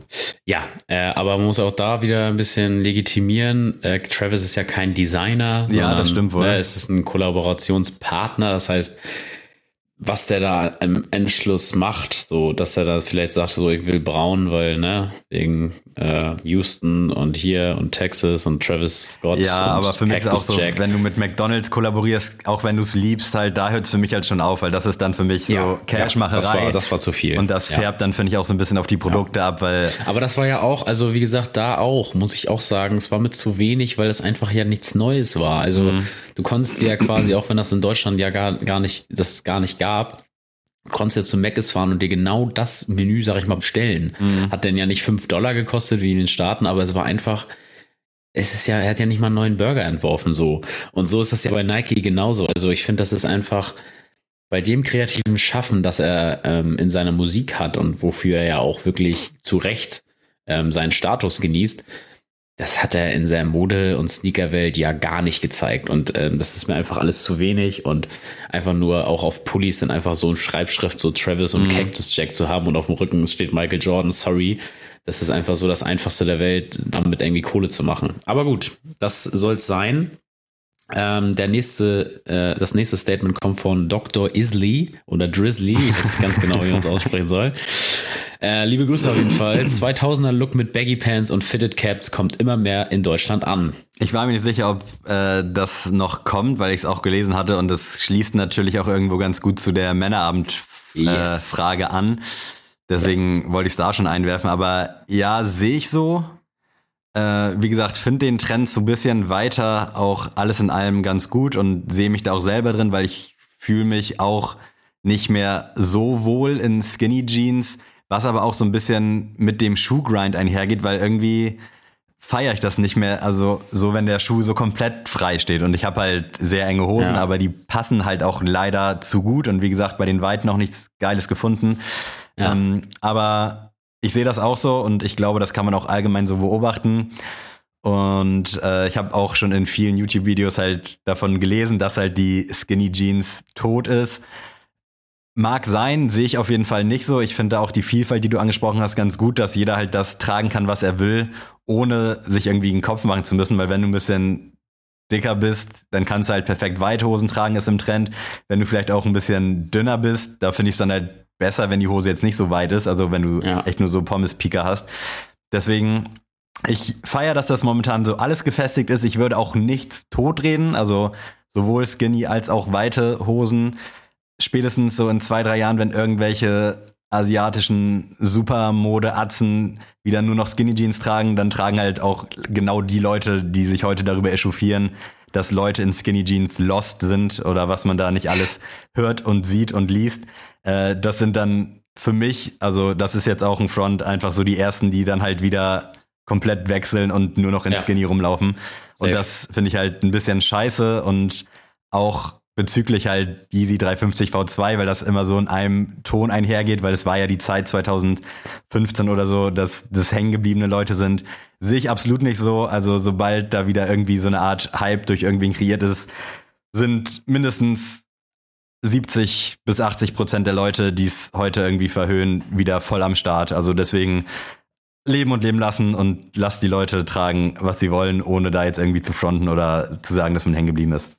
Ja, äh, aber man muss auch da wieder ein bisschen legitimieren. Äh, Travis ist ja kein Designer. Ja, sondern, das stimmt wohl. Ne, es ist ein Kollaborationspartner, das heißt, was der da im Endschluss macht, so, dass er da vielleicht sagt, so, ich will braun, weil, ne, wegen äh, Houston und hier und Texas und Travis Scott. Ja, und aber für mich ist Cactus auch so, Jack. wenn du mit McDonald's kollaborierst, auch wenn du es liebst, halt, da hört es für mich halt schon auf, weil das ist dann für mich so Ja, Cashmacherei. das war, das war zu viel. Und das Ja. färbt dann, finde ich, auch so ein bisschen auf die Produkte ab, weil Aber das war ja auch, also wie gesagt, da auch, muss ich auch sagen, es war mit zu wenig, weil es einfach ja nichts Neues war. Also Mhm. du konntest ja quasi, auch wenn das in Deutschland ja gar, gar nicht, das gar nicht gab, du konntest ja zu Mc's fahren und dir genau das Menü, sag ich mal, bestellen. Mhm. Hat denn ja nicht fünf Dollar gekostet wie in den Staaten, aber es war einfach, es ist ja, er hat ja nicht mal einen neuen Burger entworfen so. Und so ist das ja bei Nike genauso. Also ich finde, das ist einfach bei dem kreativen Schaffen, das er ähm, in seiner Musik hat und wofür er ja auch wirklich zu Recht ähm, seinen Status genießt, das hat er in seiner Mode- und Sneakerwelt ja gar nicht gezeigt. Und ähm, das ist mir einfach alles zu wenig. Und einfach nur auch auf Pullis dann einfach so eine Schreibschrift, so Travis und Mhm. Cactus Jack zu haben und auf dem Rücken steht Michael Jordan, sorry. Das ist einfach so das Einfachste der Welt, damit irgendwie Kohle zu machen. Aber gut, das soll es sein. Ähm, der nächste, äh, das nächste Statement kommt von Doktor Isley oder Drizzly, ich weiß nicht ganz genau, wie man es aussprechen soll. Äh, liebe Grüße auf jeden Fall. zweitausender Look mit Baggy Pants und Fitted Caps kommt immer mehr in Deutschland an. ich war mir nicht sicher, ob äh, das noch kommt, weil ich es auch gelesen hatte und das schließt natürlich auch irgendwo ganz gut zu der Männerabend-Frage äh, Yes. Frage an. Deswegen wollte ich es da schon einwerfen. Aber ja, sehe ich so. Äh, wie gesagt, finde den Trend so ein bisschen weiter auch alles in allem ganz gut und sehe mich da auch selber drin, weil ich fühle mich auch nicht mehr so wohl in Skinny Jeans, was aber auch so ein bisschen mit dem Schuhgrind einhergeht, weil irgendwie feiere ich das nicht mehr, also so, wenn der Schuh so komplett frei steht und ich habe halt sehr enge Hosen, Ja. aber die passen halt auch leider zu gut und wie gesagt, bei den Weiten noch nichts Geiles gefunden. Ja. Ähm, aber ich sehe das auch so und ich glaube, das kann man auch allgemein so beobachten. Und äh, ich habe auch schon in vielen YouTube-Videos halt davon gelesen, dass halt die Skinny Jeans tot ist. Mag sein, sehe ich auf jeden Fall nicht so. Ich finde auch die Vielfalt, die du angesprochen hast, ganz gut, dass jeder halt das tragen kann, was er will, ohne sich irgendwie einen Kopf machen zu müssen, weil wenn du ein bisschen dicker bist, dann kannst du halt perfekt Weithosen tragen, ist im Trend. Wenn du vielleicht auch ein bisschen dünner bist, da finde ich es dann halt besser, wenn die Hose jetzt nicht so weit ist, also wenn du Ja. echt nur so Pommes-Pika hast. Deswegen, ich feiere, dass das momentan so alles gefestigt ist. Ich würde auch nichts totreden, also sowohl Skinny als auch weite Hosen. Spätestens so in zwei, drei Jahren, wenn irgendwelche asiatischen Supermode-Atzen wieder nur noch Skinny Jeans tragen, dann tragen halt auch genau die Leute, die sich heute darüber echauffieren, dass Leute in Skinny Jeans lost sind oder was man da nicht alles hört und sieht und liest. Äh, das sind dann für mich, also das ist jetzt auch ein Front, einfach so die ersten, die dann halt wieder komplett wechseln und nur noch in Ja. Skinny rumlaufen. Und Safe. das finde ich halt ein bisschen scheiße und auch bezüglich halt Yeezy dreihundertfünfzig V zwei, weil das immer so in einem Ton einhergeht, weil es war ja die Zeit zweitausendfünfzehn oder so, dass das hängengebliebene Leute sind. Sehe ich absolut nicht so. Also sobald da wieder irgendwie so eine Art Hype durch irgendwen kreiert ist, sind mindestens siebzig bis achtzig Prozent der Leute, die es heute irgendwie verhöhnen, wieder voll am Start. Also deswegen leben und leben lassen und lass die Leute tragen, was sie wollen, ohne da jetzt irgendwie zu fronten oder zu sagen, dass man hängen geblieben ist.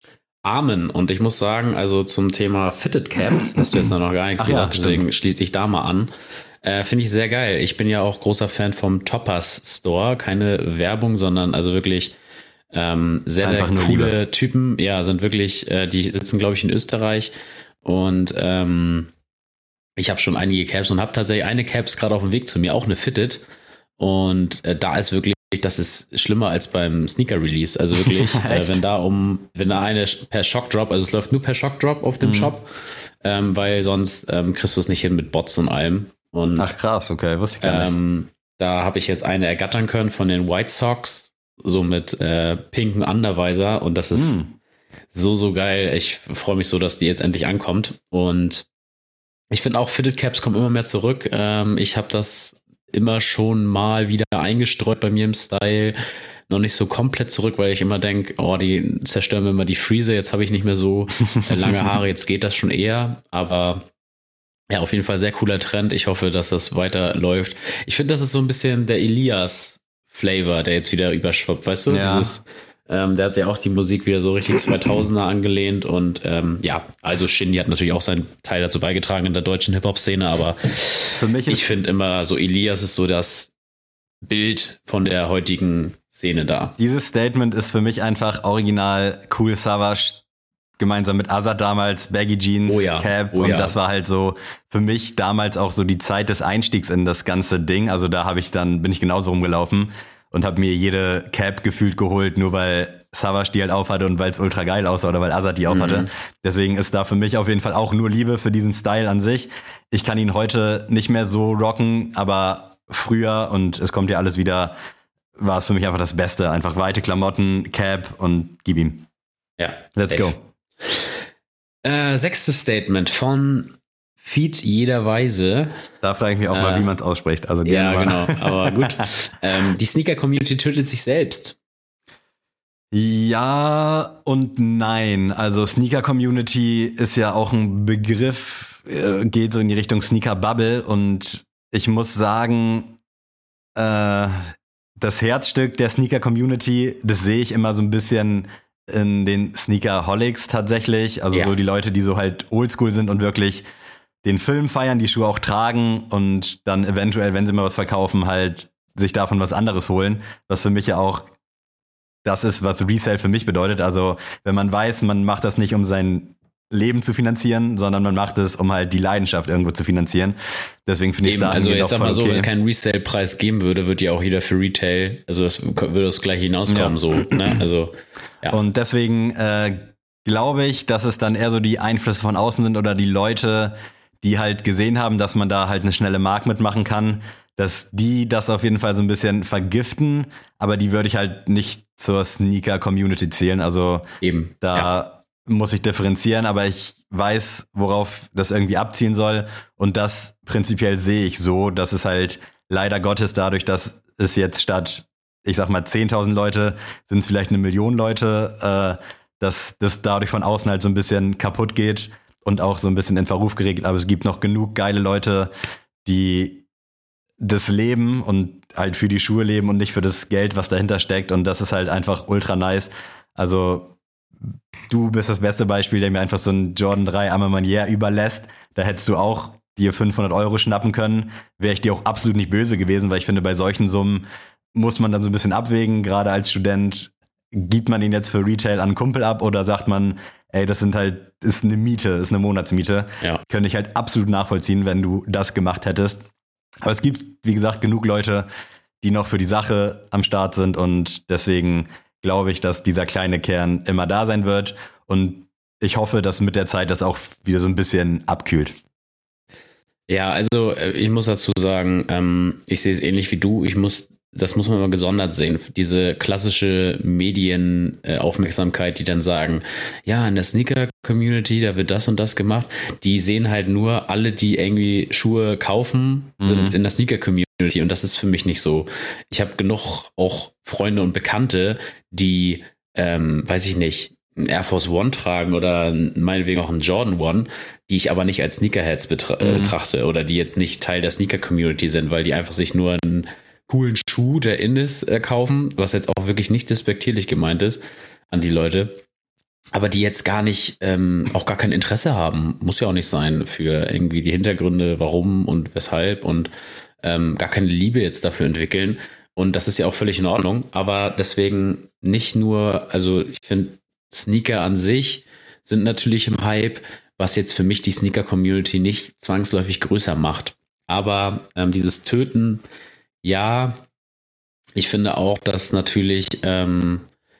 Amen. Und ich muss sagen, also zum Thema Fitted Caps, hast du jetzt noch gar nichts Ach ja, gesagt, deswegen schließe ich da mal an. Äh, Finde ich sehr geil. Ich bin ja auch großer Fan vom Toppers Store. Keine Werbung, sondern also wirklich ähm, sehr, Einfach sehr nur coole Liebe. Typen. Ja, sind wirklich, äh, die sitzen, glaube ich, in Österreich. Und ähm, ich habe schon einige Caps und habe tatsächlich eine Caps gerade auf dem Weg zu mir, auch eine Fitted. Und äh, da ist wirklich, das ist schlimmer als beim Sneaker-Release. Also wirklich, äh, Echt? wenn da um, wenn da eine per Shock-Drop, also es läuft nur per Shock-Drop auf dem Mhm. Shop, ähm, weil sonst ähm, kriegst du es nicht hin mit Bots und allem. Und Ach krass, okay, wusste ich gar nicht. ähm, da habe ich jetzt eine ergattern können von den White Sox, so mit äh, pinken Undervisor. Und das ist Hm. so, so geil. Ich freue mich so, dass die jetzt endlich ankommt. Und ich finde auch, Fitted Caps kommen immer mehr zurück. Ähm, ich habe das immer schon mal wieder eingestreut bei mir im Style. Noch nicht so komplett zurück, weil ich immer denke, oh, die zerstören mir immer die Friese. Jetzt habe ich nicht mehr so äh, lange Haare. Jetzt geht das schon eher. Aber ja, auf jeden Fall sehr cooler Trend. Ich hoffe, dass das weiterläuft. Ich finde, das ist so ein bisschen der Elias-Flavor, der jetzt wieder überschwappt. Weißt du? Ja. Dieses, ähm, der hat ja auch die Musik wieder so richtig zweitausender angelehnt. Und ähm, ja, also Shindy hat natürlich auch seinen Teil dazu beigetragen in der deutschen Hip-Hop-Szene. Aber Für mich ist ich finde immer so, Elias ist so das Bild von der heutigen Szene da. Dieses Statement ist für mich einfach original Cool Savage, gemeinsam mit Azad damals, Baggy Jeans, Oh ja, Cap oh und ja. das war halt so für mich damals auch so die Zeit des Einstiegs in das ganze Ding. Also da habe ich dann, bin ich genauso rumgelaufen und habe mir jede Cap gefühlt geholt, nur weil Savage die halt aufhatte und weil es ultra geil aussah oder weil Azad die aufhatte. Mhm. Deswegen ist da für mich auf jeden Fall auch nur Liebe für diesen Style an sich. Ich kann ihn heute nicht mehr so rocken, aber früher, und es kommt ja alles wieder, war es für mich einfach das Beste. Einfach weite Klamotten, Cap und gib ihm. Ja. Let's safe. go. Äh, sechstes Statement von Feed jeder Weise. Da frage ich mich auch Äh, mal, wie man es ausspricht. Also Ja, gerne mal. genau, aber gut. ähm, die Sneaker-Community tötet sich selbst. Ja und nein. Also Sneaker-Community ist ja auch ein Begriff, äh, geht so in die Richtung Sneaker-Bubble und ich muss sagen, äh, das Herzstück der Sneaker-Community, das sehe ich immer so ein bisschen in den Sneakerholics tatsächlich. Also Ja. so die Leute, die so halt oldschool sind und wirklich den Film feiern, die Schuhe auch tragen und dann eventuell, wenn sie mal was verkaufen, halt sich davon was anderes holen. Was für mich ja auch das ist, was Resale für mich bedeutet. Also wenn man weiß, man macht das nicht, um sein Leben zu finanzieren, sondern man macht es, um halt die Leidenschaft irgendwo zu finanzieren. Deswegen finde ich es Eben, da also irgendwie ich auch sag voll mal so, okay. wenn es keinen Resale-Preis geben würde, würde ja auch jeder für Retail, also das würde das gleich hinauskommen, Ja. so, ne? Also, ja. Und deswegen äh, glaube ich, dass es dann eher so die Einflüsse von außen sind oder die Leute, die halt gesehen haben, dass man da halt eine schnelle Mark mitmachen kann, dass die das auf jeden Fall so ein bisschen vergiften, aber die würde ich halt nicht zur Sneaker-Community zählen. Also Eben. da Ja. muss ich differenzieren, aber ich weiß, worauf das irgendwie abzielen soll. Und das prinzipiell sehe ich so, dass es halt leider Gottes dadurch, dass es jetzt statt, ich sag mal, zehntausend Leute, sind es vielleicht eine Million Leute, äh, dass das dadurch von außen halt so ein bisschen kaputt geht und auch so ein bisschen in Verruf geregt. Aber es gibt noch genug geile Leute, die das Leben und halt für die Schuhe leben und nicht für das Geld, was dahinter steckt. Und das ist halt einfach ultra nice. Also du bist das beste Beispiel, der mir einfach so einen Jordan drei Armemanier überlässt. Da hättest du auch dir fünfhundert Euro schnappen können. Wäre ich dir auch absolut nicht böse gewesen, weil ich finde, bei solchen Summen muss man dann so ein bisschen abwägen. Gerade als Student, gibt man ihn jetzt für Retail an einen Kumpel ab oder sagt man, ey, das sind halt, ist eine Miete, ist eine Monatsmiete. Ja. Könnte ich halt absolut nachvollziehen, wenn du das gemacht hättest. Aber es gibt, wie gesagt, genug Leute, die noch für die Sache am Start sind und deswegen glaube ich, dass dieser kleine Kern immer da sein wird und ich hoffe, dass mit der Zeit das auch wieder so ein bisschen abkühlt. Ja, also äh, ich muss dazu sagen, ähm, ich sehe es ähnlich wie du. Ich muss, das muss man mal gesondert sehen. Diese klassische Medienaufmerksamkeit, die dann sagen, ja, in der Sneaker-Community, da wird das und das gemacht. Die sehen halt nur, alle, die irgendwie Schuhe kaufen, sind Mhm. in der Sneaker-Community. Und das ist für mich nicht so. Ich habe genug auch Freunde und Bekannte, die, ähm, weiß ich nicht, einen Air Force One tragen oder meinetwegen auch einen Jordan One, die ich aber nicht als Sneakerheads betra- äh, Mhm. betrachte oder die jetzt nicht Teil der Sneaker-Community sind, weil die einfach sich nur einen coolen Schuh, der in ist, äh, kaufen, was jetzt auch wirklich nicht despektierlich gemeint ist an die Leute, aber die jetzt gar nicht, ähm, auch gar kein Interesse haben, muss ja auch nicht sein, für irgendwie die Hintergründe, warum und weshalb und ähm, gar keine Liebe jetzt dafür entwickeln. Und das ist ja auch völlig in Ordnung, aber deswegen nicht nur, also ich finde, Sneaker an sich sind natürlich im Hype, was jetzt für mich die Sneaker-Community nicht zwangsläufig größer macht. Aber ähm, dieses Töten, ja, ich finde auch, dass natürlich ähm,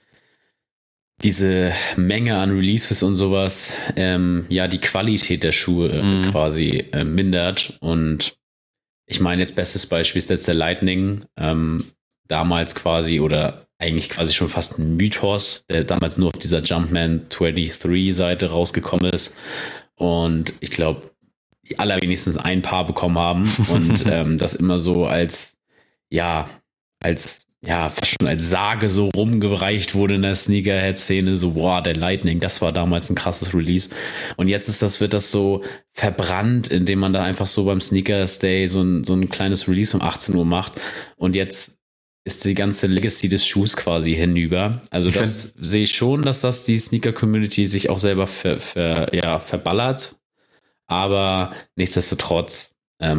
diese Menge an Releases und sowas, ähm, ja, die Qualität der Schuhe äh, Mhm. quasi äh, mindert. Und ich meine, jetzt bestes Beispiel ist jetzt der Lightning, ähm, damals quasi oder eigentlich quasi schon fast ein Mythos, der damals nur auf dieser Jumpman dreiundzwanzig Seite rausgekommen ist. Und ich glaube, die allerwenigstens ein Paar bekommen haben und ähm, das immer so als, ja, als, ja, fast schon als Sage so rumgereicht wurde in der Sneakerhead-Szene, so, boah, der Lightning, das war damals ein krasses Release. Und jetzt ist das, wird das so verbrannt, indem man da einfach so beim Sneakers Day so ein, so ein kleines Release um achtzehn Uhr macht. Und jetzt ist die ganze Legacy des Schuhs quasi hinüber. Also Ich das sehe ich schon, dass das die Sneaker-Community sich auch selber ver, ver, ja, verballert. Aber nichtsdestotrotz ähm,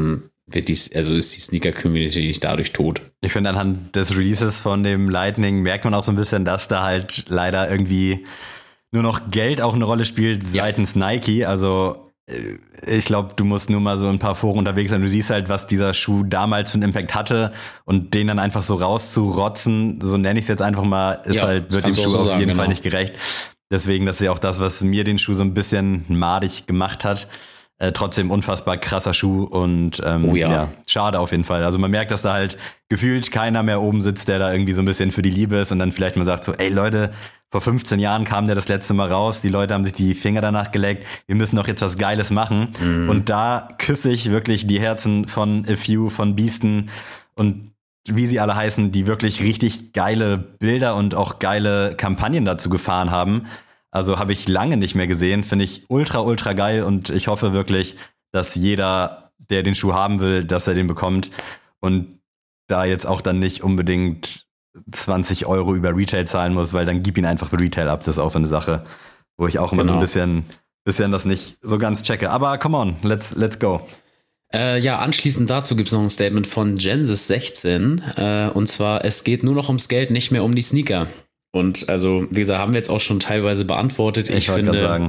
wird dies, also ist die Sneaker-Community nicht dadurch tot. Ich finde, anhand des Releases von dem Lightning merkt man auch so ein bisschen, dass da halt leider irgendwie nur noch Geld auch eine Rolle spielt seitens ja. Nike. Also ich glaube, du musst nur mal so ein paar Foren unterwegs sein. Du siehst halt, was dieser Schuh damals für einen Impact hatte und den dann einfach so rauszurotzen, so nenne ich es jetzt einfach mal, ist ja, halt, wird dem Schuh so auf sagen, jeden genau. Fall nicht gerecht. Deswegen, das ist ja auch das, was mir den Schuh so ein bisschen madig gemacht hat. Äh, trotzdem unfassbar krasser Schuh und ähm, oh ja. ja, schade auf jeden Fall. Also man merkt, dass da halt gefühlt keiner mehr oben sitzt, der da irgendwie so ein bisschen für die Liebe ist und dann vielleicht mal sagt so, ey Leute, vor fünfzehn Jahren kam der das letzte Mal raus, die Leute haben sich die Finger danach geleckt, wir müssen doch jetzt was Geiles machen. Mhm. Und da küsse ich wirklich die Herzen von A Few, von Beasten und wie sie alle heißen, die wirklich richtig geile Bilder und auch geile Kampagnen dazu gefahren haben. Also habe ich lange nicht mehr gesehen, finde ich ultra, ultra geil und ich hoffe wirklich, dass jeder, der den Schuh haben will, dass er den bekommt und da jetzt auch dann nicht unbedingt zwanzig Euro über Retail zahlen muss, weil dann gib ihn einfach für Retail ab. Das ist auch so eine Sache, wo ich auch immer genau. so ein bisschen, bisschen das nicht so ganz checke. Aber come on, let's, let's go. Äh, ja, anschließend dazu gibt es noch ein Statement von Genesis sechzehn äh, und zwar, es geht nur noch ums Geld, nicht mehr um die Sneaker. Und also, wie gesagt, haben wir jetzt auch schon teilweise beantwortet. Ich, ich finde, sagen.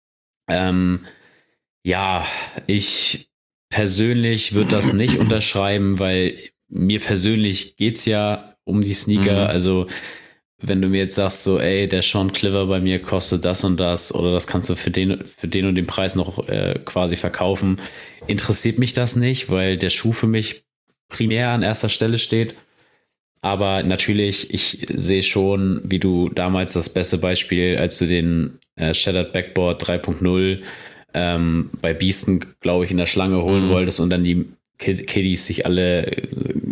Ähm, ja, ich persönlich würde das nicht unterschreiben, weil mir persönlich geht's ja um die Sneaker. Mhm. Also, wenn du mir jetzt sagst, so, ey, der Sean Cliver bei mir kostet das und das oder das kannst du für den, für den und den Preis noch äh, quasi verkaufen, interessiert mich das nicht, weil der Schuh für mich primär an erster Stelle steht. Aber natürlich, ich sehe schon, wie du damals das beste Beispiel, als du den äh, Shattered Backboard drei Punkt null ähm, bei Beasten, glaube ich, in der Schlange holen mhm. wolltest und dann die Kid- Kiddies sich alle äh,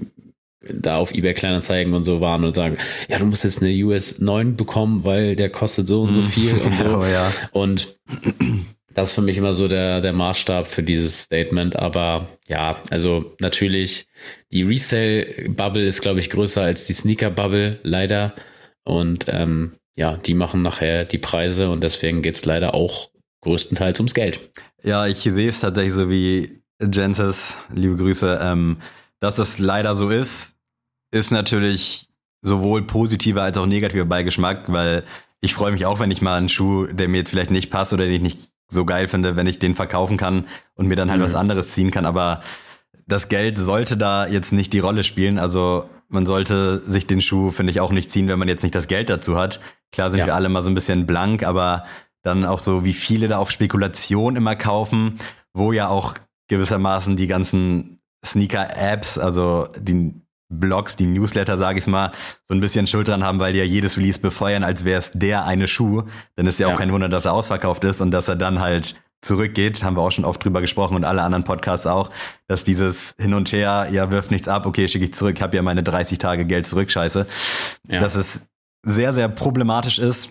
da auf eBay Kleinanzeigen und so waren und sagen, ja, du musst jetzt eine U S neun bekommen, weil der kostet so und so viel und so. Oh, ja. Und das ist für mich immer so der, der Maßstab für dieses Statement. Aber ja, also natürlich, die Resale-Bubble ist, glaube ich, größer als die Sneaker-Bubble, leider. Und ähm, ja, die machen nachher die Preise und deswegen geht es leider auch größtenteils ums Geld. Ja, ich sehe es tatsächlich so wie Gensis, liebe Grüße, ähm, dass das leider so ist, ist natürlich sowohl positiver als auch negativer Beigeschmack, weil ich freue mich auch, wenn ich mal einen Schuh, der mir jetzt vielleicht nicht passt oder den ich nicht so geil finde, wenn ich den verkaufen kann und mir dann halt mhm. was anderes ziehen kann. Aber das Geld sollte da jetzt nicht die Rolle spielen. Also man sollte sich den Schuh, finde ich, auch nicht ziehen, wenn man jetzt nicht das Geld dazu hat. Klar sind ja. wir alle mal so ein bisschen blank, aber dann auch so, wie viele da auf Spekulation immer kaufen, wo ja auch gewissermaßen die ganzen Sneaker-Apps, also die Blogs, die Newsletter, sage ich mal, so ein bisschen Schuld dran haben, weil die ja jedes Release befeuern, als wäre es der eine Schuh. Dann ist ja auch ja. kein Wunder, dass er ausverkauft ist und dass er dann halt zurückgeht. Haben wir auch schon oft drüber gesprochen und alle anderen Podcasts auch, dass dieses Hin und Her, ja, wirft nichts ab, okay, schicke ich zurück, habe ja meine dreißig Tage Geld zurück, scheiße. Ja. Dass es sehr, sehr problematisch ist.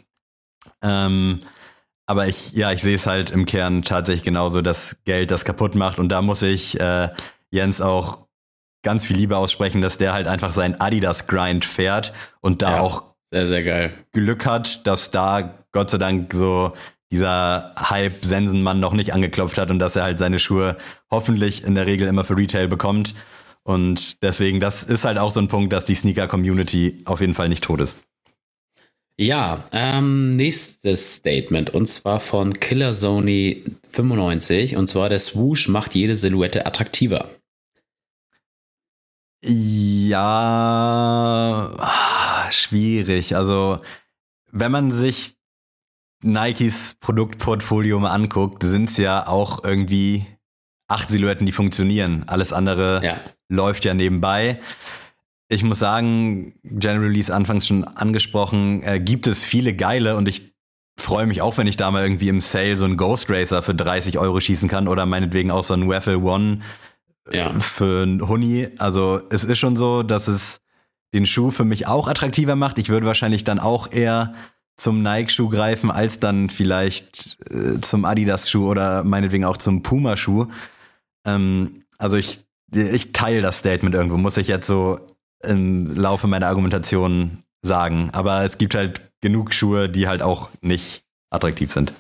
Ähm, aber ich, ja, ich sehe es halt im Kern tatsächlich genauso, dass Geld das kaputt macht und da muss ich äh, Jens auch ganz viel Liebe aussprechen, dass der halt einfach seinen Adidas-Grind fährt und da ja, auch sehr, sehr geil Glück hat, dass da Gott sei Dank so dieser Hype-Sensenmann noch nicht angeklopft hat und dass er halt seine Schuhe hoffentlich in der Regel immer für Retail bekommt. Und deswegen, das ist halt auch so ein Punkt, dass die Sneaker-Community auf jeden Fall nicht tot ist. Ja, ähm, nächstes Statement und zwar von Killerzony fünfundneunzig und zwar der Swoosh macht jede Silhouette attraktiver. Ja, schwierig. Also, wenn man sich Nikes Produktportfolio mal anguckt, sind es ja auch irgendwie acht Silhouetten, die funktionieren. Alles andere ja. läuft ja nebenbei. Ich muss sagen, General Release anfangs schon angesprochen, äh, gibt es viele geile und ich freue mich auch, wenn ich da mal irgendwie im Sale so einen Ghost Racer für dreißig Euro schießen kann oder meinetwegen auch so einen Waffle One ja. für einen Huni. Also es ist schon so, dass es den Schuh für mich auch attraktiver macht. Ich würde wahrscheinlich dann auch eher zum Nike-Schuh greifen, als dann vielleicht äh, zum Adidas-Schuh oder meinetwegen auch zum Puma-Schuh. Ähm, also ich, ich teile das Statement irgendwo, muss ich jetzt so im Laufe meiner Argumentation sagen. Aber es gibt halt genug Schuhe, die halt auch nicht attraktiv sind.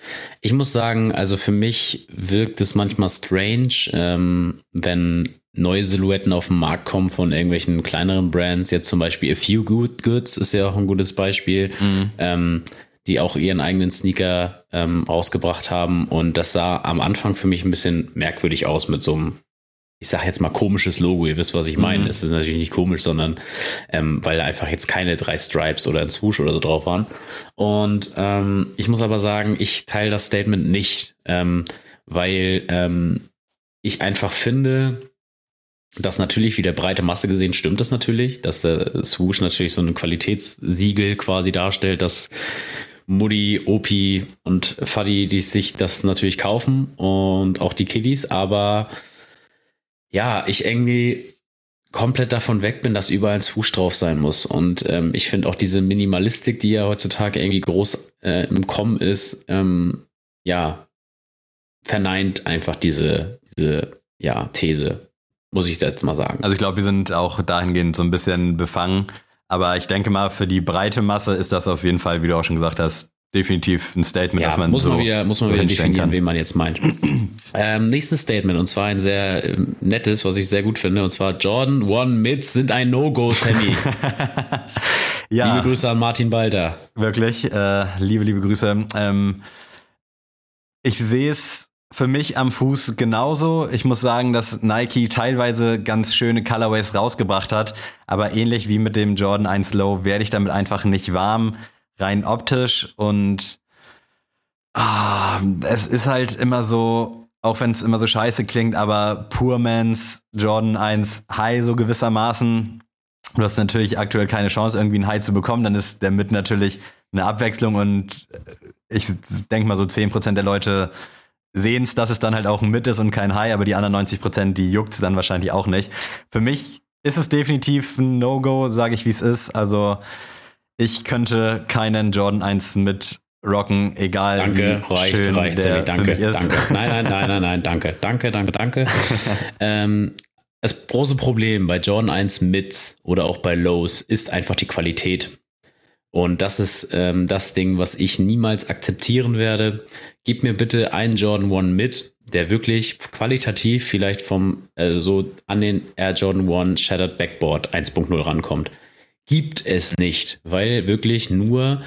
Ich muss sagen, also für mich wirkt es manchmal strange, ähm, wenn neue Silhouetten auf den Markt kommen von irgendwelchen kleineren Brands. Jetzt zum Beispiel A Few Good Goods ist ja auch ein gutes Beispiel, mhm. ähm, die auch ihren eigenen Sneaker ähm, rausgebracht haben. Und das sah am Anfang für mich ein bisschen merkwürdig aus mit so einem, ich sag jetzt mal, komisches Logo. Ihr wisst, was ich meine. Es mhm. ist natürlich nicht komisch, sondern ähm, weil da einfach jetzt keine drei Stripes oder ein Swoosh oder so drauf waren. Und ähm, ich muss aber sagen, ich teile das Statement nicht, ähm, weil ähm, ich einfach finde, dass natürlich wieder breite Masse gesehen stimmt das natürlich, dass der Swoosh natürlich so ein Qualitätssiegel quasi darstellt, dass Mutti, Opi und Fadi, die sich das natürlich kaufen und auch die Kiddies, aber ja, ich irgendwie komplett davon weg bin, dass überall ein Swoosh drauf sein muss. Und ähm, ich finde auch diese Minimalistik, die ja heutzutage irgendwie groß äh, im Kommen ist, ähm, ja, verneint einfach diese, diese ja, These, muss ich jetzt mal sagen. Also ich glaube, wir sind auch dahingehend so ein bisschen befangen. Aber ich denke mal, für die breite Masse ist das auf jeden Fall, wie du auch schon gesagt hast, definitiv ein Statement, ja, dass man muss so man wieder, muss man wieder definieren, kann. wen man jetzt meint. ähm, nächstes Statement, und zwar ein sehr äh, nettes, was ich sehr gut finde, und zwar Jordan One Mids sind ein No-Go, Sammy. Ja, liebe Grüße an Martin Balter. Wirklich, äh, liebe, liebe Grüße. Ähm, ich sehe es für mich am Fuß genauso. Ich muss sagen, dass Nike teilweise ganz schöne Colorways rausgebracht hat, aber ähnlich wie mit dem Jordan eins Low werde ich damit einfach nicht warm, rein optisch, und ah, es ist halt immer so, auch wenn es immer so scheiße klingt, aber Poor Man's Jordan eins High so gewissermaßen. Du hast natürlich aktuell keine Chance, irgendwie ein High zu bekommen, dann ist der mit natürlich eine Abwechslung, und ich denke mal so zehn Prozent der Leute sehen es, dass es dann halt auch ein Mid ist und kein High, aber die anderen neunzig Prozent, die juckt es dann wahrscheinlich auch nicht. Für mich ist es definitiv ein No-Go, sage ich, wie es ist. Also ich könnte keinen Jordan eins mit rocken, egal danke, wie reicht, schön reicht, der danke, für mich ist. Danke. Nein, nein, nein, nein, nein, danke, danke, danke, danke. ähm, das große Problem bei Jordan eins Mids oder auch bei Lows ist einfach die Qualität. Und das ist ähm, das Ding, was ich niemals akzeptieren werde. Gib mir bitte einen Jordan One Mid, der wirklich qualitativ vielleicht vom äh, so an den Air Jordan One Shattered Backboard eins Punkt null rankommt. Gibt es nicht, weil wirklich nur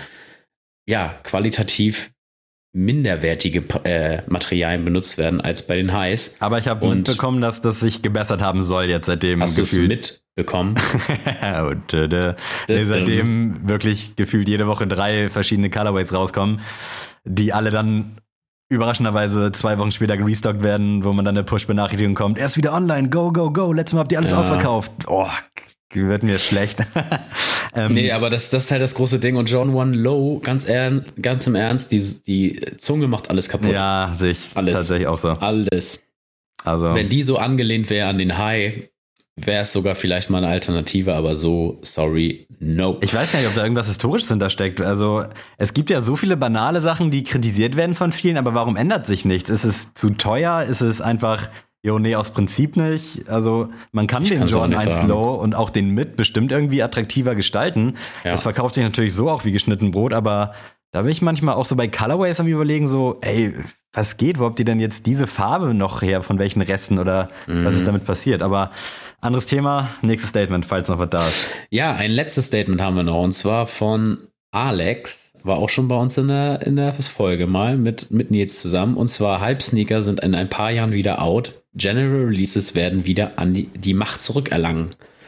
ja qualitativ minderwertige äh, Materialien benutzt werden als bei den Highs. Aber ich habe mitbekommen, dass das sich gebessert haben soll jetzt seitdem. Hast du es mitbekommen? Und äh, de, de, seitdem wirklich gefühlt jede Woche drei verschiedene Colorways rauskommen, die alle dann überraschenderweise zwei Wochen später gerestockt werden, wo man dann eine Push-Benachrichtigung kommt. Erst wieder online, go, go, go, letztes Mal habt ihr alles ja. ausverkauft. Oh, wird mir schlecht. ähm, nee, aber das, das ist halt das große Ding. Und Jordan One Low, ganz, ern, ganz im Ernst, die, die Zunge macht alles kaputt. Ja, sehe ich alles. Tatsächlich auch so. Alles. Also. Wenn die so angelehnt wäre an den High, wäre es sogar vielleicht mal eine Alternative, aber so, sorry, no. Ich weiß gar nicht, ob da irgendwas Historisches hintersteckt. Also es gibt ja so viele banale Sachen, die kritisiert werden von vielen, aber warum ändert sich nichts? Ist es zu teuer? Ist es einfach... Jo, nee, aus Prinzip nicht. Also man kann ich den Jordan eins Low und auch den Mid bestimmt irgendwie attraktiver gestalten. Ja. Das verkauft sich natürlich so auch wie geschnitten Brot, aber da bin ich manchmal auch so bei Colorways am Überlegen so, ey, was geht? Wo habt ihr denn jetzt diese Farbe noch her? Von welchen Resten oder mhm. was ist damit passiert? Aber anderes Thema, nächstes Statement, falls noch was da ist. Ja, ein letztes Statement haben wir noch, und zwar von Alex. War auch schon bei uns in der, in der Folge mal mit, mit Nils zusammen. Und zwar Hype-Sneaker sind in ein paar Jahren wieder out. General Releases werden wieder an die, die Macht zurückerlangen.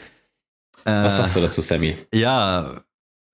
Äh, Was sagst du dazu, Sammy? Ja,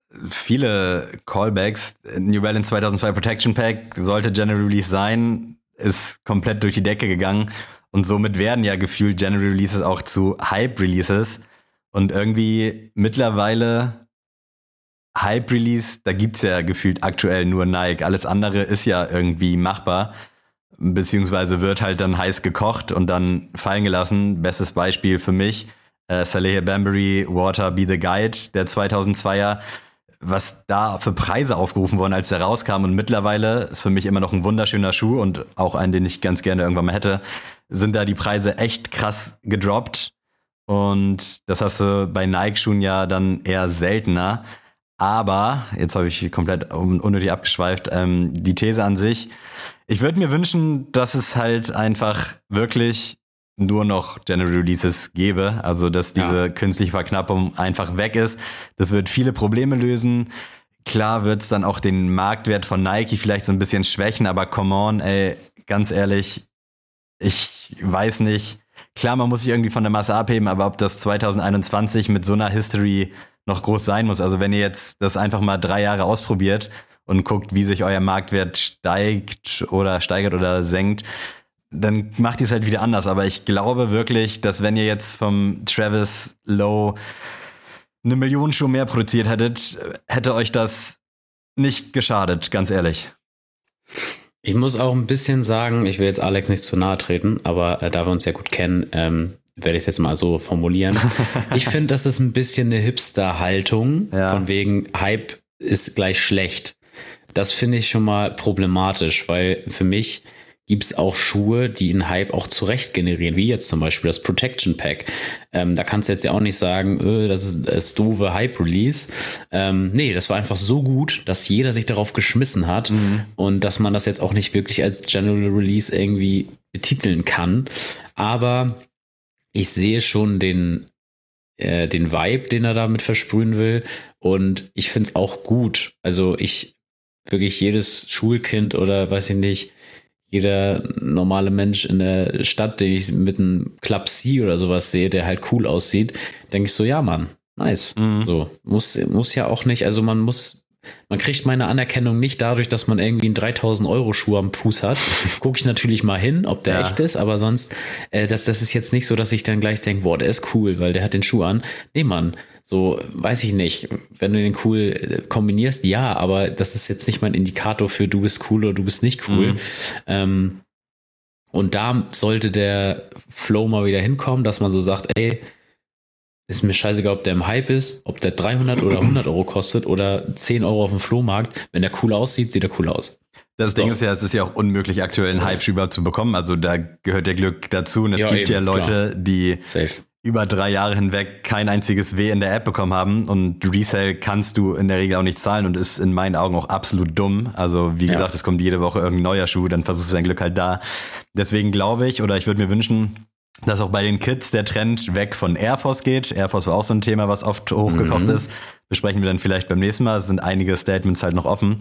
viele Callbacks. New Balance zweitausendzwei Protection Pack sollte General Release sein, ist komplett durch die Decke gegangen. Und somit werden ja gefühlt General Releases auch zu Hype-Releases. Und irgendwie mittlerweile... Hype-Release, da gibt's ja gefühlt aktuell nur Nike. Alles andere ist ja irgendwie machbar, beziehungsweise wird halt dann heiß gekocht und dann fallen gelassen. Bestes Beispiel für mich, äh, Saleh Bambury, Water Be the Guide, der zweitausendzweier, was da für Preise aufgerufen wurden, als der rauskam. Und mittlerweile ist für mich immer noch ein wunderschöner Schuh und auch einen, den ich ganz gerne irgendwann mal hätte, sind da die Preise echt krass gedroppt. Und das hast du bei Nike-Schuhen ja dann eher seltener. Aber, jetzt habe ich komplett un- unnötig abgeschweift, ähm, die These an sich, ich würde mir wünschen, dass es halt einfach wirklich nur noch General Releases gäbe, also dass diese Ja. künstliche Verknappung einfach weg ist. Das wird viele Probleme lösen. Klar wird es dann auch den Marktwert von Nike vielleicht so ein bisschen schwächen, aber come on, ey, ganz ehrlich, ich weiß nicht. Klar, man muss sich irgendwie von der Masse abheben, aber ob das zwanzig einundzwanzig mit so einer History noch groß sein muss. Also wenn ihr jetzt das einfach mal drei Jahre ausprobiert und guckt, wie sich euer Marktwert steigt oder steigert oder senkt, dann macht ihr es halt wieder anders. Aber ich glaube wirklich, dass wenn ihr jetzt vom Travis Lowe eine Million Schuhe mehr produziert hättet, hätte euch das nicht geschadet, ganz ehrlich. Ich muss auch ein bisschen sagen, ich will jetzt Alex nicht zu nahe treten, aber äh, da wir uns ja gut kennen, ähm, werde ich es jetzt mal so formulieren. Ich finde, das ist ein bisschen eine Hipster-Haltung, Ja. von wegen Hype ist gleich schlecht. Das finde ich schon mal problematisch, weil für mich gibt es auch Schuhe, die einen Hype auch zurecht generieren, wie jetzt zum Beispiel das Protection Pack. Ähm, da kannst du jetzt ja auch nicht sagen, öh, das ist das doofe Hype-Release. Ähm, nee, das war einfach so gut, dass jeder sich darauf geschmissen hat Mhm. und dass man das jetzt auch nicht wirklich als General Release irgendwie betiteln kann. Aber ich sehe schon den, äh, den Vibe, den er damit versprühen will, und ich finde es auch gut. Also ich wirklich jedes Schulkind oder weiß ich nicht, jeder normale Mensch in der Stadt, den ich mit einem Club C oder sowas sehe, der halt cool aussieht, denke ich so, ja Mann, nice. Mhm. So, muss, muss ja auch nicht, also man muss, man kriegt meine Anerkennung nicht dadurch, dass man irgendwie einen dreitausend Euro Schuh am Fuß hat. Gucke ich natürlich mal hin, ob der Ja. echt ist, aber sonst, äh, das, das ist jetzt nicht so, dass ich dann gleich denke, boah, der ist cool, weil der hat den Schuh an. Nee, Mann, so, weiß ich nicht. Wenn du den cool äh, kombinierst, ja, aber das ist jetzt nicht mein Indikator für du bist cool oder du bist nicht cool. Mhm. Ähm, und da sollte der Flow mal wieder hinkommen, dass man so sagt, ey, ist mir scheißegal, ob der im Hype ist, ob der dreihundert oder hundert Euro kostet oder zehn Euro auf dem Flohmarkt. Wenn der cool aussieht, sieht er cool aus. Das Doch. Ding ist ja, es ist ja auch unmöglich, aktuell einen Hype überhaupt zu bekommen. Also da gehört der Glück dazu. Und es Ja, gibt eben, ja Leute, die Safe. über drei Jahre hinweg kein einziges W in der App bekommen haben. Und Resale kannst du in der Regel auch nicht zahlen und ist in meinen Augen auch absolut dumm. Also wie Ja. gesagt, es kommt jede Woche irgendein neuer Schuh, dann versuchst du dein Glück halt da. Deswegen glaube ich, oder ich würde mir wünschen, dass auch bei den Kids der Trend weg von Air Force geht. Air Force war auch so ein Thema, was oft hochgekocht Mhm. ist. Besprechen wir dann vielleicht beim nächsten Mal. Es sind einige Statements halt noch offen.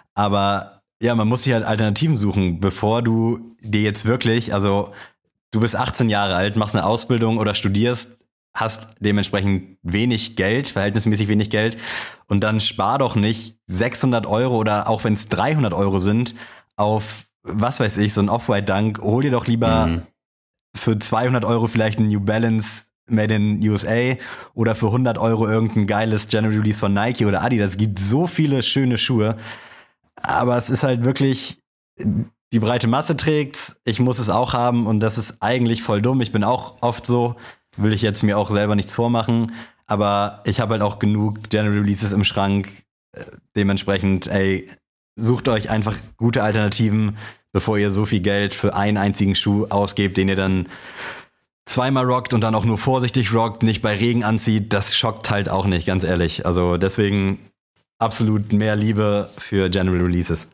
Aber ja, man muss sich halt Alternativen suchen, bevor du dir jetzt wirklich, also du bist achtzehn Jahre alt, machst eine Ausbildung oder studierst, hast dementsprechend wenig Geld, verhältnismäßig wenig Geld, und dann spar doch nicht sechshundert Euro oder auch wenn es dreihundert Euro sind auf, was weiß ich, so ein Off-White Dunk. Hol dir doch lieber Mhm. für zweihundert Euro vielleicht ein New Balance made in U S A oder für hundert Euro irgendein geiles General Release von Nike oder Adidas. Es gibt so viele schöne Schuhe, aber es ist halt wirklich, die breite Masse trägt's, ich muss es auch haben und das ist eigentlich voll dumm. Ich bin auch oft so, will ich jetzt mir auch selber nichts vormachen, aber ich habe halt auch genug General Releases im Schrank. Äh, Dementsprechend, ey, sucht euch einfach gute Alternativen, bevor ihr so viel Geld für einen einzigen Schuh ausgebt, den ihr dann zweimal rockt und dann auch nur vorsichtig rockt, nicht bei Regen anzieht. Das schockt halt auch nicht, ganz ehrlich. Also deswegen absolut mehr Liebe für General Releases.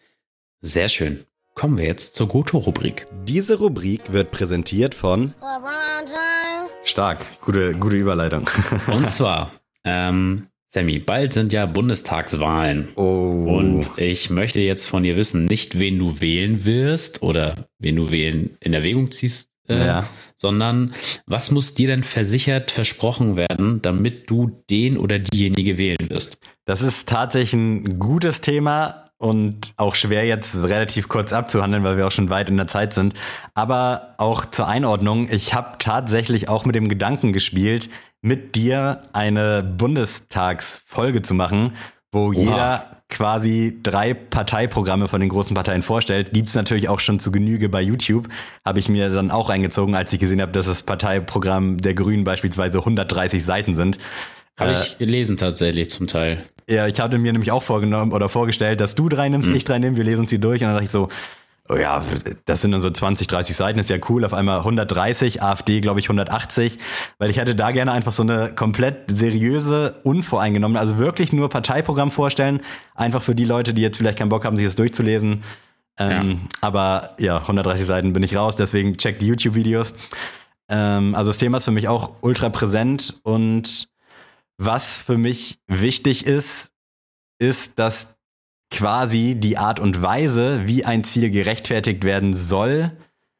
Sehr schön. Kommen wir jetzt zur Goto-Rubrik. Diese Rubrik wird präsentiert von LeBron James. Stark, gute, gute Überleitung. Und zwar, ähm, Sammy, bald sind ja Bundestagswahlen. Oh. Und ich möchte jetzt von dir wissen, nicht wen du wählen wirst oder wen du wählen in Erwägung ziehst, äh, Ja. sondern was muss dir denn versichert versprochen werden, damit du den oder diejenige wählen wirst? Das ist tatsächlich ein gutes Thema und auch schwer jetzt relativ kurz abzuhandeln, weil wir auch schon weit in der Zeit sind. Aber auch zur Einordnung, ich habe tatsächlich auch mit dem Gedanken gespielt, mit dir eine Bundestagsfolge zu machen, wo jeder quasi drei Parteiprogramme von den großen Parteien vorstellt. Gibt's natürlich auch schon zu Genüge bei YouTube. Habe ich mir dann auch reingezogen, als ich gesehen habe, dass das Parteiprogramm der Grünen beispielsweise hundertdreißig Seiten sind. Habe Äh, ich gelesen tatsächlich zum Teil. Ja, ich hatte mir nämlich auch vorgenommen oder vorgestellt, dass du drei nimmst, Hm. ich drei nehme, wir lesen uns die durch und dann dachte ich so, oh ja, das sind dann so zwanzig, dreißig Seiten, ist ja cool, auf einmal hundertdreißig, AfD glaube ich hundertachtzig, weil ich hätte da gerne einfach so eine komplett seriöse, unvoreingenommene, also wirklich nur Parteiprogramm vorstellen, einfach für die Leute, die jetzt vielleicht keinen Bock haben, sich das durchzulesen. Ähm, ja. Aber ja, hundertdreißig Seiten bin ich raus, deswegen checkt die YouTube-Videos. Ähm, also das Thema ist für mich auch ultra präsent und was für mich wichtig ist, ist, dass quasi die Art und Weise, wie ein Ziel gerechtfertigt werden soll,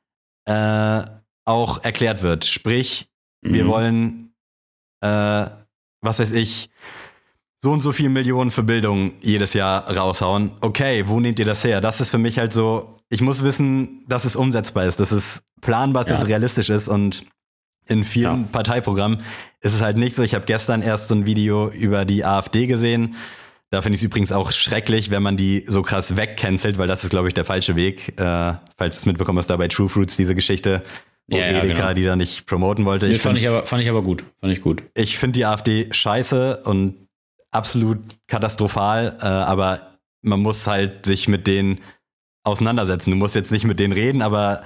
äh, auch erklärt wird. Sprich, mhm. wir wollen, äh, was weiß ich, so und so viel Millionen für Bildung jedes Jahr raushauen. Okay, wo nehmt ihr das her? Das ist für mich halt so, ich muss wissen, dass es umsetzbar ist, dass es planbar ist, ja. dass es realistisch ist und in vielen ja. Parteiprogrammen ist es halt nicht so. Ich habe gestern erst so ein Video über die AfD gesehen. Da finde ich es übrigens auch schrecklich, wenn man die so krass wegcancelt, weil das ist, glaube ich, der falsche Weg. Äh, falls du es mitbekommen hast, da bei True Fruits diese Geschichte, wo ja, Edeka ja, genau. die da nicht promoten wollte. Nee, ich fand, find, ich aber, fand ich aber gut. Fand ich gut. Ich finde die AfD scheiße und absolut katastrophal, äh, aber man muss halt sich mit denen auseinandersetzen. Du musst jetzt nicht mit denen reden, aber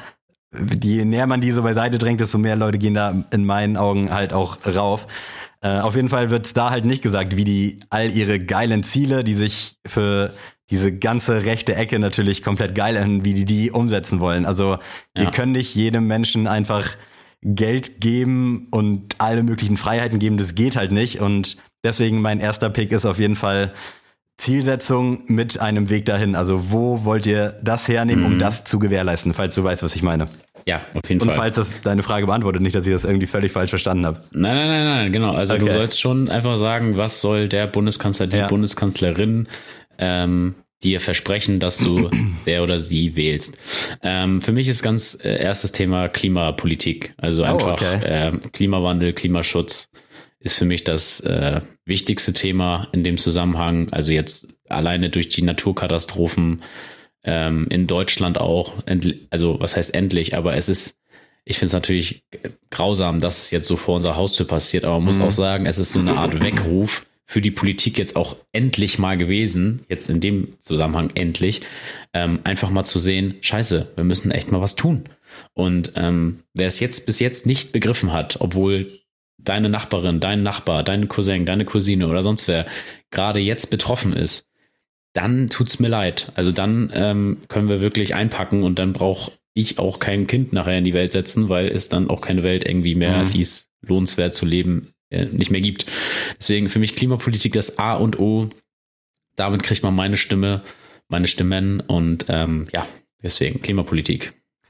je näher man die so beiseite drängt, desto mehr Leute gehen da in meinen Augen halt auch rauf. Äh, auf jeden Fall wird es da halt nicht gesagt, wie die all ihre geilen Ziele, die sich für diese ganze rechte Ecke natürlich komplett geil an, wie die die umsetzen wollen. Also ja. wir können nicht jedem Menschen einfach Geld geben und alle möglichen Freiheiten geben, das geht halt nicht. Und deswegen mein erster Pick ist auf jeden Fall Zielsetzung mit einem Weg dahin. Also wo wollt ihr das hernehmen, um mhm. das zu gewährleisten, falls du weißt, was ich meine? Ja, auf jeden Und Fall. Und falls das deine Frage beantwortet, nicht, dass ich das irgendwie völlig falsch verstanden habe. Nein, nein, nein, nein, genau. Also okay. du sollst schon einfach sagen, was soll der Bundeskanzler, die ja. Bundeskanzlerin ähm, dir versprechen, dass du der oder sie wählst. Ähm, für mich ist ganz äh, erstes Thema Klimapolitik. Also oh, einfach okay. äh, Klimawandel, Klimaschutz ist für mich das äh, wichtigste Thema in dem Zusammenhang. Also jetzt alleine durch die Naturkatastrophen ähm, in Deutschland auch. Endlich, also was heißt endlich? Aber es ist, ich finde es natürlich grausam, dass es jetzt so vor unserer Haustür passiert. Aber man muss mhm. auch sagen, es ist so eine Art Weckruf für die Politik jetzt auch endlich mal gewesen, jetzt in dem Zusammenhang endlich, ähm, einfach mal zu sehen, scheiße, wir müssen echt mal was tun. Und ähm, wer es jetzt bis jetzt nicht begriffen hat, obwohl deine Nachbarin, dein Nachbar, dein Cousin, deine Cousine oder sonst wer gerade jetzt betroffen ist, dann tut's mir leid. Also dann ähm, können wir wirklich einpacken und dann brauche ich auch kein Kind nachher in die Welt setzen, weil es dann auch keine Welt irgendwie mehr, mhm. die es lohnenswert zu leben äh, nicht mehr gibt. Deswegen für mich Klimapolitik das A und O. Damit kriegt man meine Stimme, meine Stimmen und ähm, ja, deswegen Klimapolitik.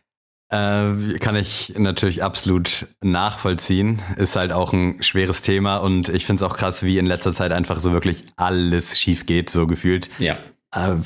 Äh, kann ich natürlich absolut nachvollziehen. Ist halt auch ein schweres Thema und ich finde es auch krass, wie in letzter Zeit einfach so wirklich alles schief geht, so gefühlt. Ja. Äh,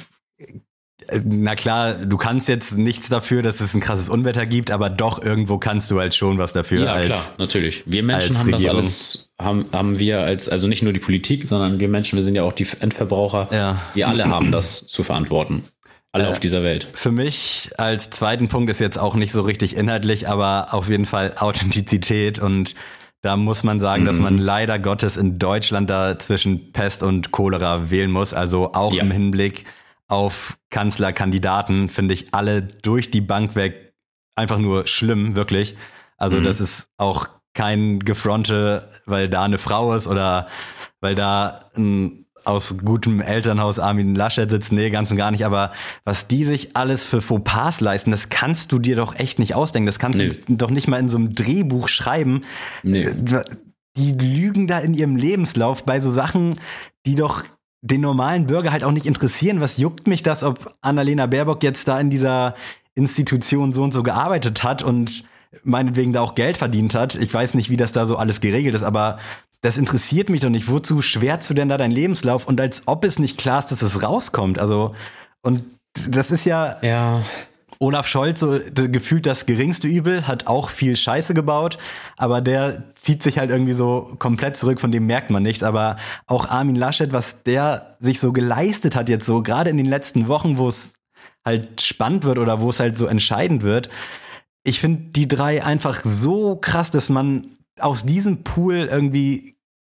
na klar, du kannst jetzt nichts dafür, dass es ein krasses Unwetter gibt, aber doch irgendwo kannst du halt schon was dafür. Ja, als, klar, natürlich. Wir Menschen haben Regierung. das alles, haben, haben wir als, also nicht nur die Politik, sondern wir Menschen, wir sind ja auch die Endverbraucher. Ja. Wir alle haben das zu verantworten. Alle äh, auf dieser Welt. Für mich als zweiten Punkt ist jetzt auch nicht so richtig inhaltlich, aber auf jeden Fall Authentizität und da muss man sagen, mhm. dass man leider Gottes in Deutschland da zwischen Pest und Cholera wählen muss, also auch ja. im Hinblick auf Kanzlerkandidaten finde ich alle durch die Bank weg einfach nur schlimm, wirklich. Also mhm. das ist auch kein Gefronte, weil da eine Frau ist oder weil da ein aus gutem Elternhaus Armin Laschet sitzt. Nee, ganz und gar nicht. Aber was die sich alles für Fauxpas leisten, das kannst du dir doch echt nicht ausdenken. Das kannst nee. du doch nicht mal in so einem Drehbuch schreiben. Nee. Die lügen da in ihrem Lebenslauf bei so Sachen, die doch den normalen Bürger halt auch nicht interessieren. Was juckt mich das, ob Annalena Baerbock jetzt da in dieser Institution so und so gearbeitet hat und meinetwegen da auch Geld verdient hat. Ich weiß nicht, wie das da so alles geregelt ist, aber das interessiert mich doch nicht. Wozu schwärzt du denn da deinen Lebenslauf? Und als ob es nicht klar ist, dass es rauskommt. Also, und das ist ja, ja. Olaf Scholz, so gefühlt das geringste Übel, hat auch viel Scheiße gebaut, aber der zieht sich halt irgendwie so komplett zurück, von dem merkt man nichts. Aber auch Armin Laschet, was der sich so geleistet hat jetzt so, gerade in den letzten Wochen, wo es halt spannend wird oder wo es halt so entscheidend wird. Ich finde die drei einfach so krass, dass man aus diesem Pool irgendwie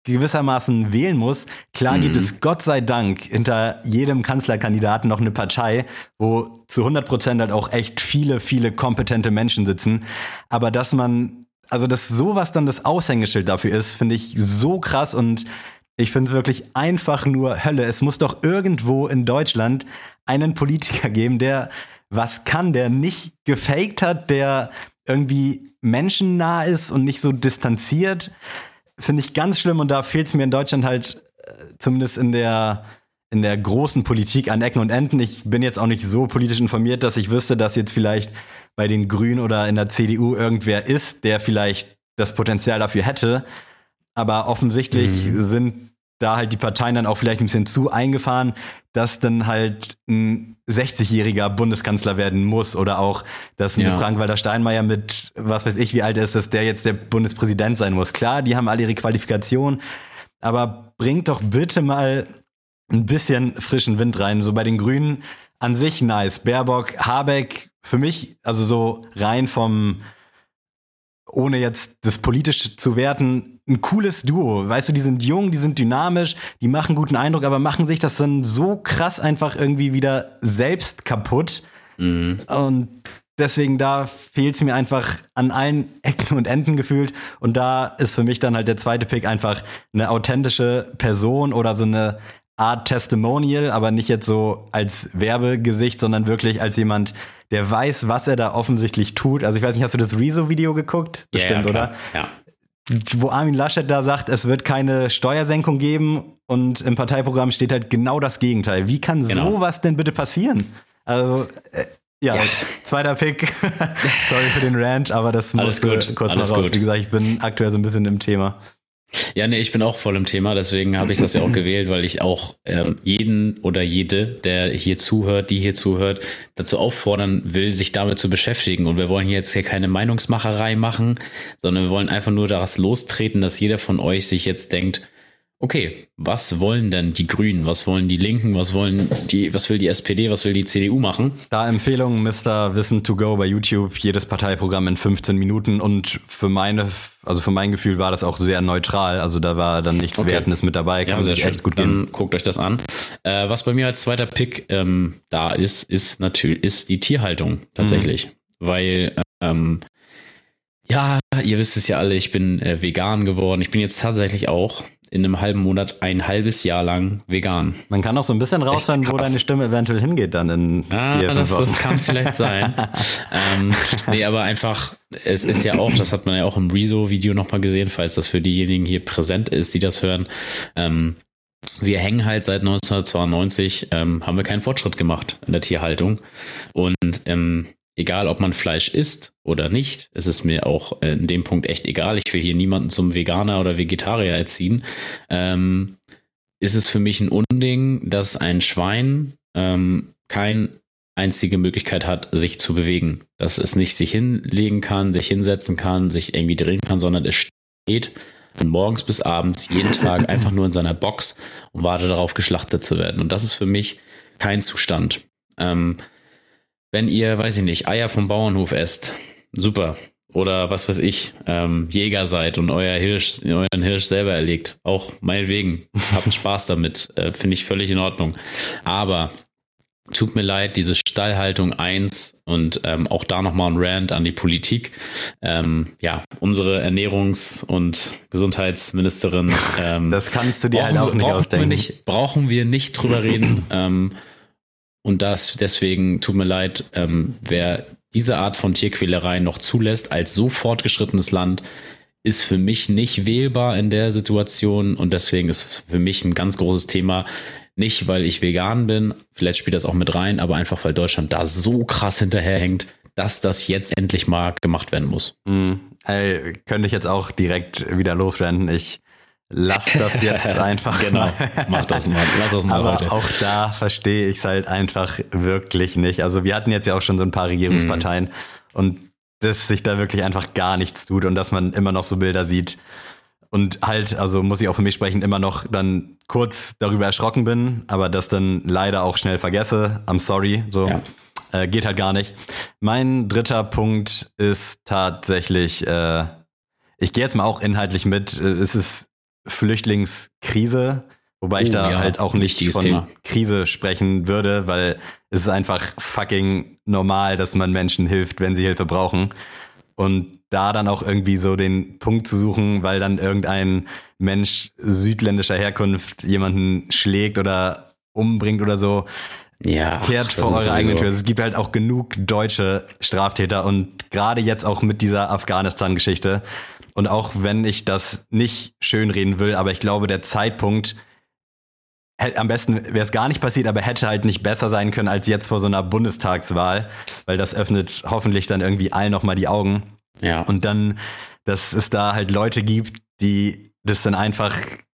gewissermaßen wählen muss. Klar gibt Mhm. es Gott sei Dank hinter jedem Kanzlerkandidaten noch eine Partei, wo zu hundert Prozent halt auch echt viele, viele kompetente Menschen sitzen. Aber dass man, also dass sowas dann das Aushängeschild dafür ist, finde ich so krass und ich finde es wirklich einfach nur Hölle. Es muss doch irgendwo in Deutschland einen Politiker geben, der was kann, der nicht gefaked hat, der irgendwie menschennah ist und nicht so distanziert. Finde ich ganz schlimm und da fehlt es mir in Deutschland halt äh, zumindest in der, in der großen Politik an Ecken und Enden. Ich bin jetzt auch nicht so politisch informiert, dass ich wüsste, dass jetzt vielleicht bei den Grünen oder in der C D U irgendwer ist, der vielleicht das Potenzial dafür hätte. Aber offensichtlich mhm. sind da halt die Parteien dann auch vielleicht ein bisschen zu eingefahren, dass dann halt ein sechzigjähriger Bundeskanzler werden muss oder auch, dass Ja. ein Frank-Walter Steinmeier mit, was weiß ich, wie alt er ist, dass der jetzt der Bundespräsident sein muss. Klar, die haben alle ihre Qualifikation, aber bringt doch bitte mal ein bisschen frischen Wind rein. So bei den Grünen an sich nice. Baerbock, Habeck, für mich, also so rein vom, ohne jetzt das politisch zu werten, ein cooles Duo. Weißt du, die sind jung, die sind dynamisch, die machen guten Eindruck, aber machen sich das dann so krass einfach irgendwie wieder selbst kaputt. Mhm. Und deswegen, da fehlt es mir einfach an allen Ecken und Enden gefühlt. Und da ist für mich dann halt der zweite Pick einfach eine authentische Person oder so eine Art Testimonial, aber nicht jetzt so als Werbegesicht, sondern wirklich als jemand, der weiß, was er da offensichtlich tut. Also ich weiß nicht, hast du das Rezo-Video geguckt? Bestimmt, ja, oder? Ja. Wo Armin Laschet da sagt, es wird keine Steuersenkung geben und im Parteiprogramm steht halt genau das Gegenteil. Wie kann Genau. sowas denn bitte passieren? Also, äh, ja, Ja. zweiter Pick. Sorry für den Rant, aber das Alles musste gut, kurz alles mal raus. gut. Wie gesagt, ich bin aktuell so ein bisschen im Thema. Ja, nee, ich bin auch voll im Thema, deswegen habe ich das ja auch gewählt, weil ich auch ähm, jeden oder jede, der hier zuhört, die hier zuhört, dazu auffordern will, sich damit zu beschäftigen. Und wir wollen jetzt hier keine Meinungsmacherei machen, sondern wir wollen einfach nur daraus lostreten, dass jeder von euch sich jetzt denkt, okay, was wollen denn die Grünen, was wollen die Linken, was wollen die, was will die S P D, was will die C D U machen? Da Empfehlung Mister Wissen to go bei YouTube, jedes Parteiprogramm in fünfzehn Minuten und für meine, also für mein Gefühl war das auch sehr neutral, also da war dann nichts Okay. Wertendes mit dabei, kann Ja, man sehr sich schön. echt gut geben. Dann guckt euch das an. Äh, was bei mir als zweiter Pick ähm, da ist, ist natürlich ist die Tierhaltung tatsächlich, weil ähm, ja, ihr wisst es ja alle, ich bin äh, vegan geworden. Ich bin jetzt tatsächlich auch in einem halben Monat ein halbes Jahr lang vegan. Man kann auch so ein bisschen raushören, Echt wo krass. deine Stimme eventuell hingeht dann in Ah, vier, fünf das, Wochen. das kann vielleicht sein. ähm, nee, aber einfach, es ist ja auch, das hat man ja auch im Rezo-Video nochmal gesehen, falls das für diejenigen hier präsent ist, die das hören. Ähm, wir hängen halt seit neunzehnhundertzweiundneunzig, ähm, haben wir keinen Fortschritt gemacht in der Tierhaltung. Und ähm, egal, ob man Fleisch isst oder nicht, es ist mir auch in dem Punkt echt egal. Ich will hier niemanden zum Veganer oder Vegetarier erziehen. Ähm, ist es für mich ein Unding, dass ein Schwein ähm, keine einzige Möglichkeit hat, sich zu bewegen. Dass es nicht sich hinlegen kann, sich hinsetzen kann, sich irgendwie drehen kann, sondern es steht von morgens bis abends jeden Tag einfach nur in seiner Box und wartet darauf, geschlachtet zu werden. Und das ist für mich kein Zustand. Ähm, wenn ihr, weiß ich nicht, Eier vom Bauernhof esst, super. Oder was weiß ich, ähm, Jäger seid und euer Hirsch, euren Hirsch selber erlegt, auch meinetwegen, habt Spaß damit, äh, finde ich völlig in Ordnung. Aber tut mir leid, diese Stallhaltung eins und ähm, auch da nochmal ein Rant an die Politik. Ähm, ja, unsere Ernährungs- und Gesundheitsministerin. Ähm, Das kannst du dir halt brauchen auch wir- nicht brauchen ausdenken. Wir nicht, brauchen wir nicht drüber reden. ähm, und das deswegen tut mir leid, ähm, wer diese Art von Tierquälerei noch zulässt als so fortgeschrittenes Land, ist für mich nicht wählbar in der Situation und deswegen ist für mich ein ganz großes Thema. Nicht, weil ich vegan bin, vielleicht spielt das auch mit rein, aber einfach, weil Deutschland da so krass hinterherhängt, dass das jetzt endlich mal gemacht werden muss. Mhm. Ey, könnte ich jetzt auch direkt wieder losrennen. Ich lass das jetzt einfach Genau, mal. mach das mal, lass das mal Aber heute. auch da verstehe ich es halt einfach wirklich nicht. Also wir hatten jetzt ja auch schon so ein paar Regierungsparteien Mhm. und dass sich da wirklich einfach gar nichts tut und dass man immer noch so Bilder sieht und halt, also muss ich auch für mich sprechen, immer noch dann kurz darüber erschrocken bin, aber das dann leider auch schnell vergesse. I'm sorry, so. Ja. Äh, geht halt gar nicht. Mein dritter Punkt ist tatsächlich, äh, ich gehe jetzt mal auch inhaltlich mit, äh, es ist Flüchtlingskrise, wobei ich Oh, da ja, halt auch nicht wichtiges von Thema. Krise sprechen würde, weil es ist einfach fucking normal, dass man Menschen hilft, wenn sie Hilfe brauchen. Und da dann auch irgendwie so den Punkt zu suchen, weil dann irgendein Mensch südländischer Herkunft jemanden schlägt oder umbringt oder so, Ja, kehrt das vor ist eure eigene sowieso- Tür. Also es gibt halt auch genug deutsche Straftäter und gerade jetzt auch mit dieser Afghanistan-Geschichte. Und auch wenn ich das nicht schönreden will, aber ich glaube, der Zeitpunkt, hätte- am besten wäre es gar nicht passiert, aber hätte halt nicht besser sein können als jetzt vor so einer Bundestagswahl, weil das öffnet hoffentlich dann irgendwie allen nochmal die Augen. Ja. Und dann, dass es da halt Leute gibt, die das dann einfach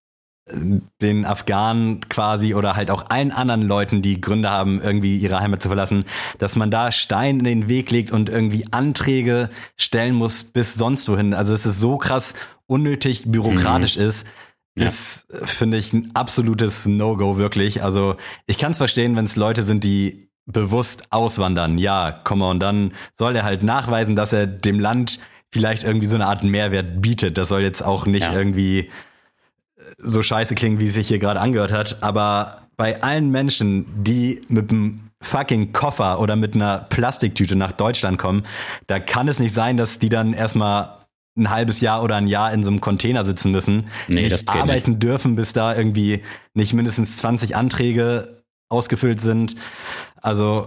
den Afghanen quasi oder halt auch allen anderen Leuten, die Gründe haben, irgendwie ihre Heimat zu verlassen, dass man da Stein in den Weg legt und irgendwie Anträge stellen muss bis sonst wohin. Also es ist so krass unnötig bürokratisch Mhm. ist, Ja. ist, finde ich, ein absolutes No-Go wirklich. Also ich kann es verstehen, wenn es Leute sind, die bewusst auswandern. Ja, komm mal, und dann soll er halt nachweisen, dass er dem Land vielleicht irgendwie so eine Art Mehrwert bietet. Das soll jetzt auch nicht Ja. irgendwie so scheiße klingen, wie es sich hier gerade angehört hat, aber bei allen Menschen, die mit einem fucking Koffer oder mit einer Plastiktüte nach Deutschland kommen, da kann es nicht sein, dass die dann erstmal ein halbes Jahr oder ein Jahr in so einem Container sitzen müssen, Nee, das nicht geht arbeiten dürfen, bis da irgendwie nicht mindestens zwanzig Anträge ausgefüllt sind. Also,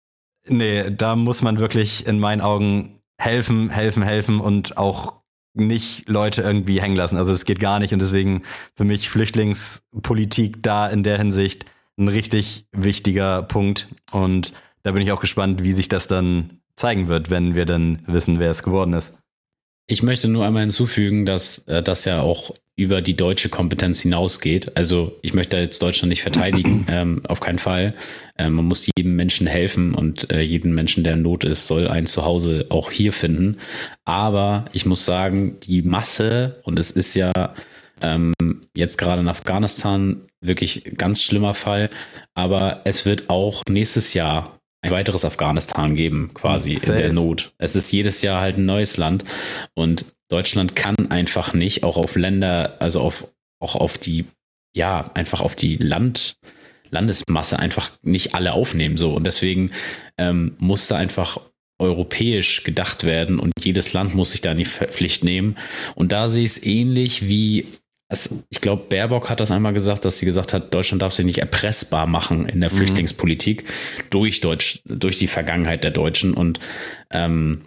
nee, da muss man wirklich in meinen Augen helfen, helfen, helfen und auch nicht Leute irgendwie hängen lassen. Also es geht gar nicht und deswegen für mich Flüchtlingspolitik da in der Hinsicht ein richtig wichtiger Punkt und da bin ich auch gespannt, wie sich das dann zeigen wird, wenn wir dann wissen, wer es geworden ist. Ich möchte nur einmal hinzufügen, dass äh, das ja auch über die deutsche Kompetenz hinausgeht. Also ich möchte jetzt Deutschland nicht verteidigen, ähm, auf keinen Fall. Ähm, man muss jedem Menschen helfen und äh, jeden Menschen, der in Not ist, soll ein Zuhause auch hier finden. Aber ich muss sagen, die Masse, und es ist ja ähm, jetzt gerade in Afghanistan wirklich ganz schlimmer Fall, aber es wird auch nächstes Jahr ein weiteres Afghanistan geben, quasi in Safe. der Not. Es ist jedes Jahr halt ein neues Land und Deutschland kann einfach nicht, auch auf Länder, also auf, auch auf die, ja, einfach auf die Land, Landesmasse einfach nicht alle aufnehmen, so. Und deswegen ähm, muss da einfach europäisch gedacht werden und jedes Land muss sich da in die Pflicht nehmen. Und da sehe ich es ähnlich wie es, ich glaube, Baerbock hat das einmal gesagt, dass sie gesagt hat, Deutschland darf sich nicht erpressbar machen in der Mhm. Flüchtlingspolitik durch Deutsch, durch die Vergangenheit der Deutschen. Und ähm,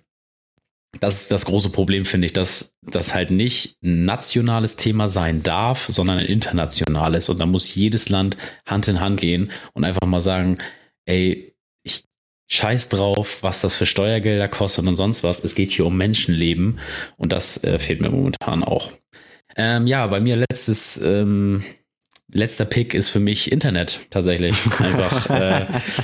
das ist das große Problem, finde ich, dass das halt nicht ein nationales Thema sein darf, sondern ein internationales. Und da muss jedes Land Hand in Hand gehen und einfach mal sagen, ey, ich scheiß drauf, was das für Steuergelder kostet und sonst was. Es geht hier um Menschenleben und das äh, fehlt mir momentan auch. Ähm, ja, bei mir letztes, ähm, letzter Pick ist für mich Internet tatsächlich. Einfach, äh,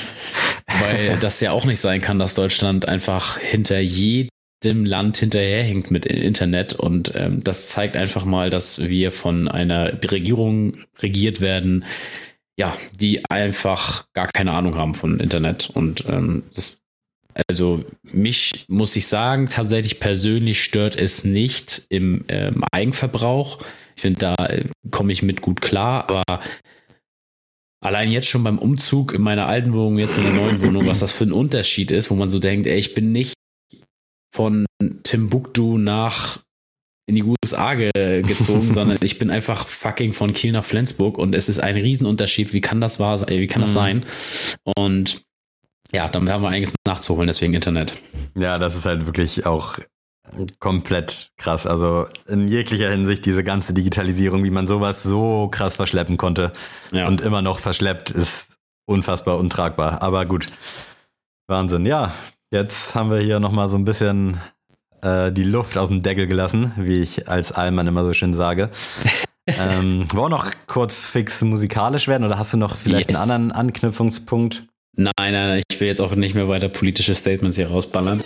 weil das ja auch nicht sein kann, dass Deutschland einfach hinter jedem Land hinterherhinkt mit Internet. Und ähm, das zeigt einfach mal, dass wir von einer Regierung regiert werden, ja, die einfach gar keine Ahnung haben von Internet. Und ähm, das Also mich, muss ich sagen, tatsächlich persönlich stört es nicht im ähm, Eigenverbrauch. Ich finde, da äh, komme ich mit gut klar, aber allein jetzt schon beim Umzug in meiner alten Wohnung, jetzt in der neuen Wohnung, was das für ein Unterschied ist, wo man so denkt, ey, ich bin nicht von Timbuktu nach in die U S A ge gezogen, sondern ich bin einfach fucking von Kiel nach Flensburg und es ist ein Riesenunterschied. Wie kann das wahr sein? Wie kann das Mhm. sein? Und ja, dann haben wir einiges nachzuholen, deswegen Internet. Ja, das ist halt wirklich auch komplett krass. Also in jeglicher Hinsicht diese ganze Digitalisierung, wie man sowas so krass verschleppen konnte Ja. und immer noch verschleppt, ist unfassbar untragbar. Aber gut, Wahnsinn. Ja, jetzt haben wir hier nochmal so ein bisschen äh, die Luft aus dem Deckel gelassen, wie ich als Allmann immer so schön sage. ähm, wollen wir noch kurz fix musikalisch werden oder hast du noch vielleicht Yes. einen anderen Anknüpfungspunkt? Nein, nein, nein, ich will jetzt auch nicht mehr weiter politische Statements hier rausballern.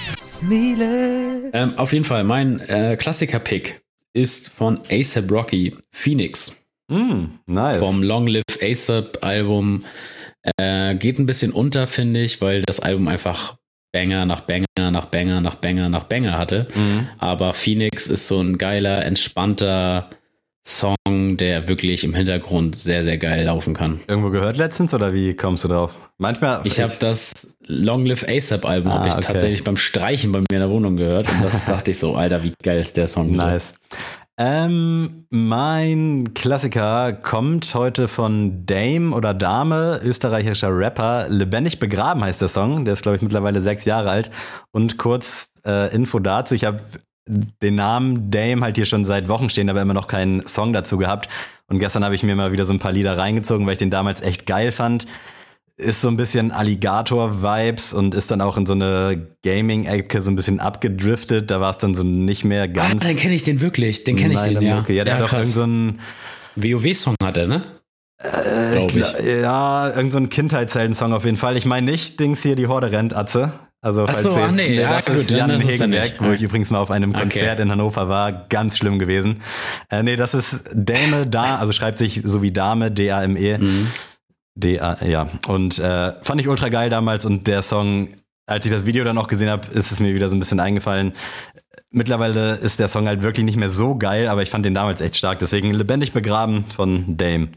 Ähm, auf jeden Fall, mein äh, Klassiker-Pick ist von A$AP Rocky, Phoenix. Mm, nice. Vom Long Live A$AP Album. Äh, geht ein bisschen unter, finde ich, weil das Album einfach Banger nach Banger nach Banger nach Banger nach Banger hatte. Mhm. Aber Phoenix ist so ein geiler, entspannter Song, der wirklich im Hintergrund sehr, sehr geil laufen kann. Irgendwo gehört letztens oder wie kommst du drauf? Manchmal. Ich habe das Long Live A$AP Album Ah, habe ich okay. tatsächlich beim Streichen bei mir in der Wohnung gehört und das dachte ich so, Alter, wie geil ist der Song. Bitte. Nice. Ähm, mein Klassiker kommt heute von Dame oder Dame, österreichischer Rapper. Lebendig begraben heißt der Song. Der ist, glaube ich, mittlerweile sechs Jahre alt. Und kurz äh, Info dazu. Ich habe den Namen Dame halt hier schon seit Wochen stehen, aber immer noch keinen Song dazu gehabt. Und gestern habe ich mir mal wieder so ein paar Lieder reingezogen, weil ich den damals echt geil fand. Ist so ein bisschen Alligator-Vibes und ist dann auch in so eine Gaming-Ecke so ein bisschen abgedriftet. Da war es dann so nicht mehr ganz. Ah, dann kenne ich den wirklich. Den kenne ich Nein, den, ja. Okay. Ja, der ja, hat auch irgend so ein WoW-Song hat er, ne? Äh, Glaub ich. gla- Ja, irgend so ein Kindheitshelden-Song auf jeden Fall. Ich meine nicht, Dings hier, die Horde rennt, Atze. Also, Ach falls so, du ah, nee, ja, das gut, ist dann Jan ist es dann Hegenberg, nicht. wo ich übrigens mal auf einem Okay. Konzert in Hannover war. Ganz schlimm gewesen. Äh, nee, das ist Dame Da, also schreibt sich so wie Dame, D A M E. Mhm. D A, ja. Und äh, fand ich ultra geil damals und der Song, als ich das Video dann auch gesehen habe, ist es mir wieder so ein bisschen eingefallen. Mittlerweile ist der Song halt wirklich nicht mehr so geil, aber ich fand den damals echt stark. Deswegen Lebendig begraben von Dame.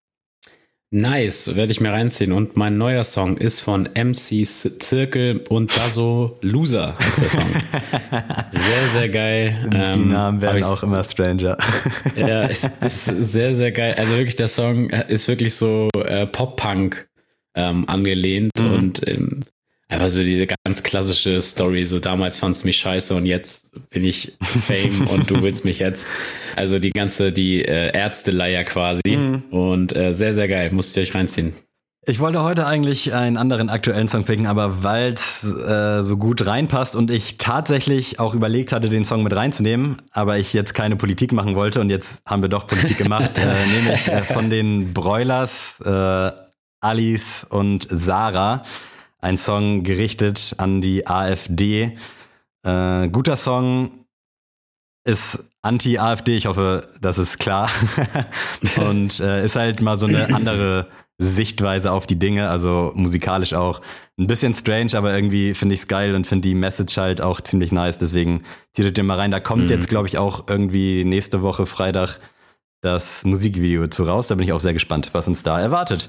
Nice, werde ich mir reinziehen. Und mein neuer Song ist von M C Zirkel und Daso Loser heißt der Song. Sehr, sehr geil. Die Ähm, Namen hab werden ich's- auch immer stranger. Ja, es ist sehr, sehr geil. Also wirklich, der Song ist wirklich so äh, Pop-Punk ähm, angelehnt Mhm. und ähm, einfach so diese ganz klassische Story. So damals fandst du mich scheiße und jetzt bin ich Fame und du willst mich jetzt. Also die ganze, die äh, Ärzteleier quasi. Mhm. Und äh, sehr, sehr geil. Musst ihr euch reinziehen. Ich wollte heute eigentlich einen anderen aktuellen Song picken, aber weil es äh, so gut reinpasst und ich tatsächlich auch überlegt hatte, den Song mit reinzunehmen, aber ich jetzt keine Politik machen wollte und jetzt haben wir doch Politik gemacht, äh, nämlich äh, von den Broilers, äh, Alice und Sarah, ein Song gerichtet an die AfD. Äh, guter Song, ist anti-AfD, ich hoffe, das ist klar. Und äh, ist halt mal so eine andere Sichtweise auf die Dinge, also musikalisch auch ein bisschen strange, aber irgendwie finde ich es geil und finde die Message halt auch ziemlich nice, deswegen zieht euch den mal rein. Da kommt Mhm. jetzt, glaube ich, auch irgendwie nächste Woche Freitag das Musikvideo zu raus. Da bin ich auch sehr gespannt, was uns da erwartet.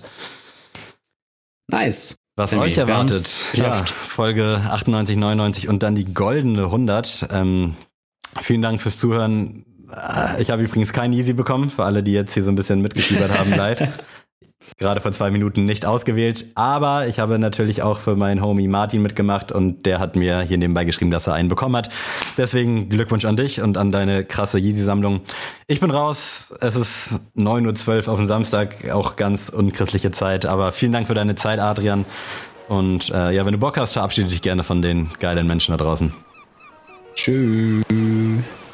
Nice. Was Sammy, euch wir erwartet, haben's ja, geschafft. Folge achtundneunzig, neunundneunzig und dann die goldene hundert. Ähm, vielen Dank fürs Zuhören. Äh, Ich habe übrigens kein Easy bekommen, für alle, die jetzt hier so ein bisschen mitgefiebert haben live. Gerade vor zwei Minuten nicht ausgewählt, aber ich habe natürlich auch für meinen Homie Martin mitgemacht und der hat mir hier nebenbei geschrieben, dass er einen bekommen hat. Deswegen Glückwunsch an dich und an deine krasse Yeezy-Sammlung. Ich bin raus, es ist neun Uhr zwölf auf dem Samstag, auch ganz unchristliche Zeit, aber vielen Dank für deine Zeit, Adrian. Und äh, ja, wenn du Bock hast, verabschiede dich gerne von den geilen Menschen da draußen. Tschüss.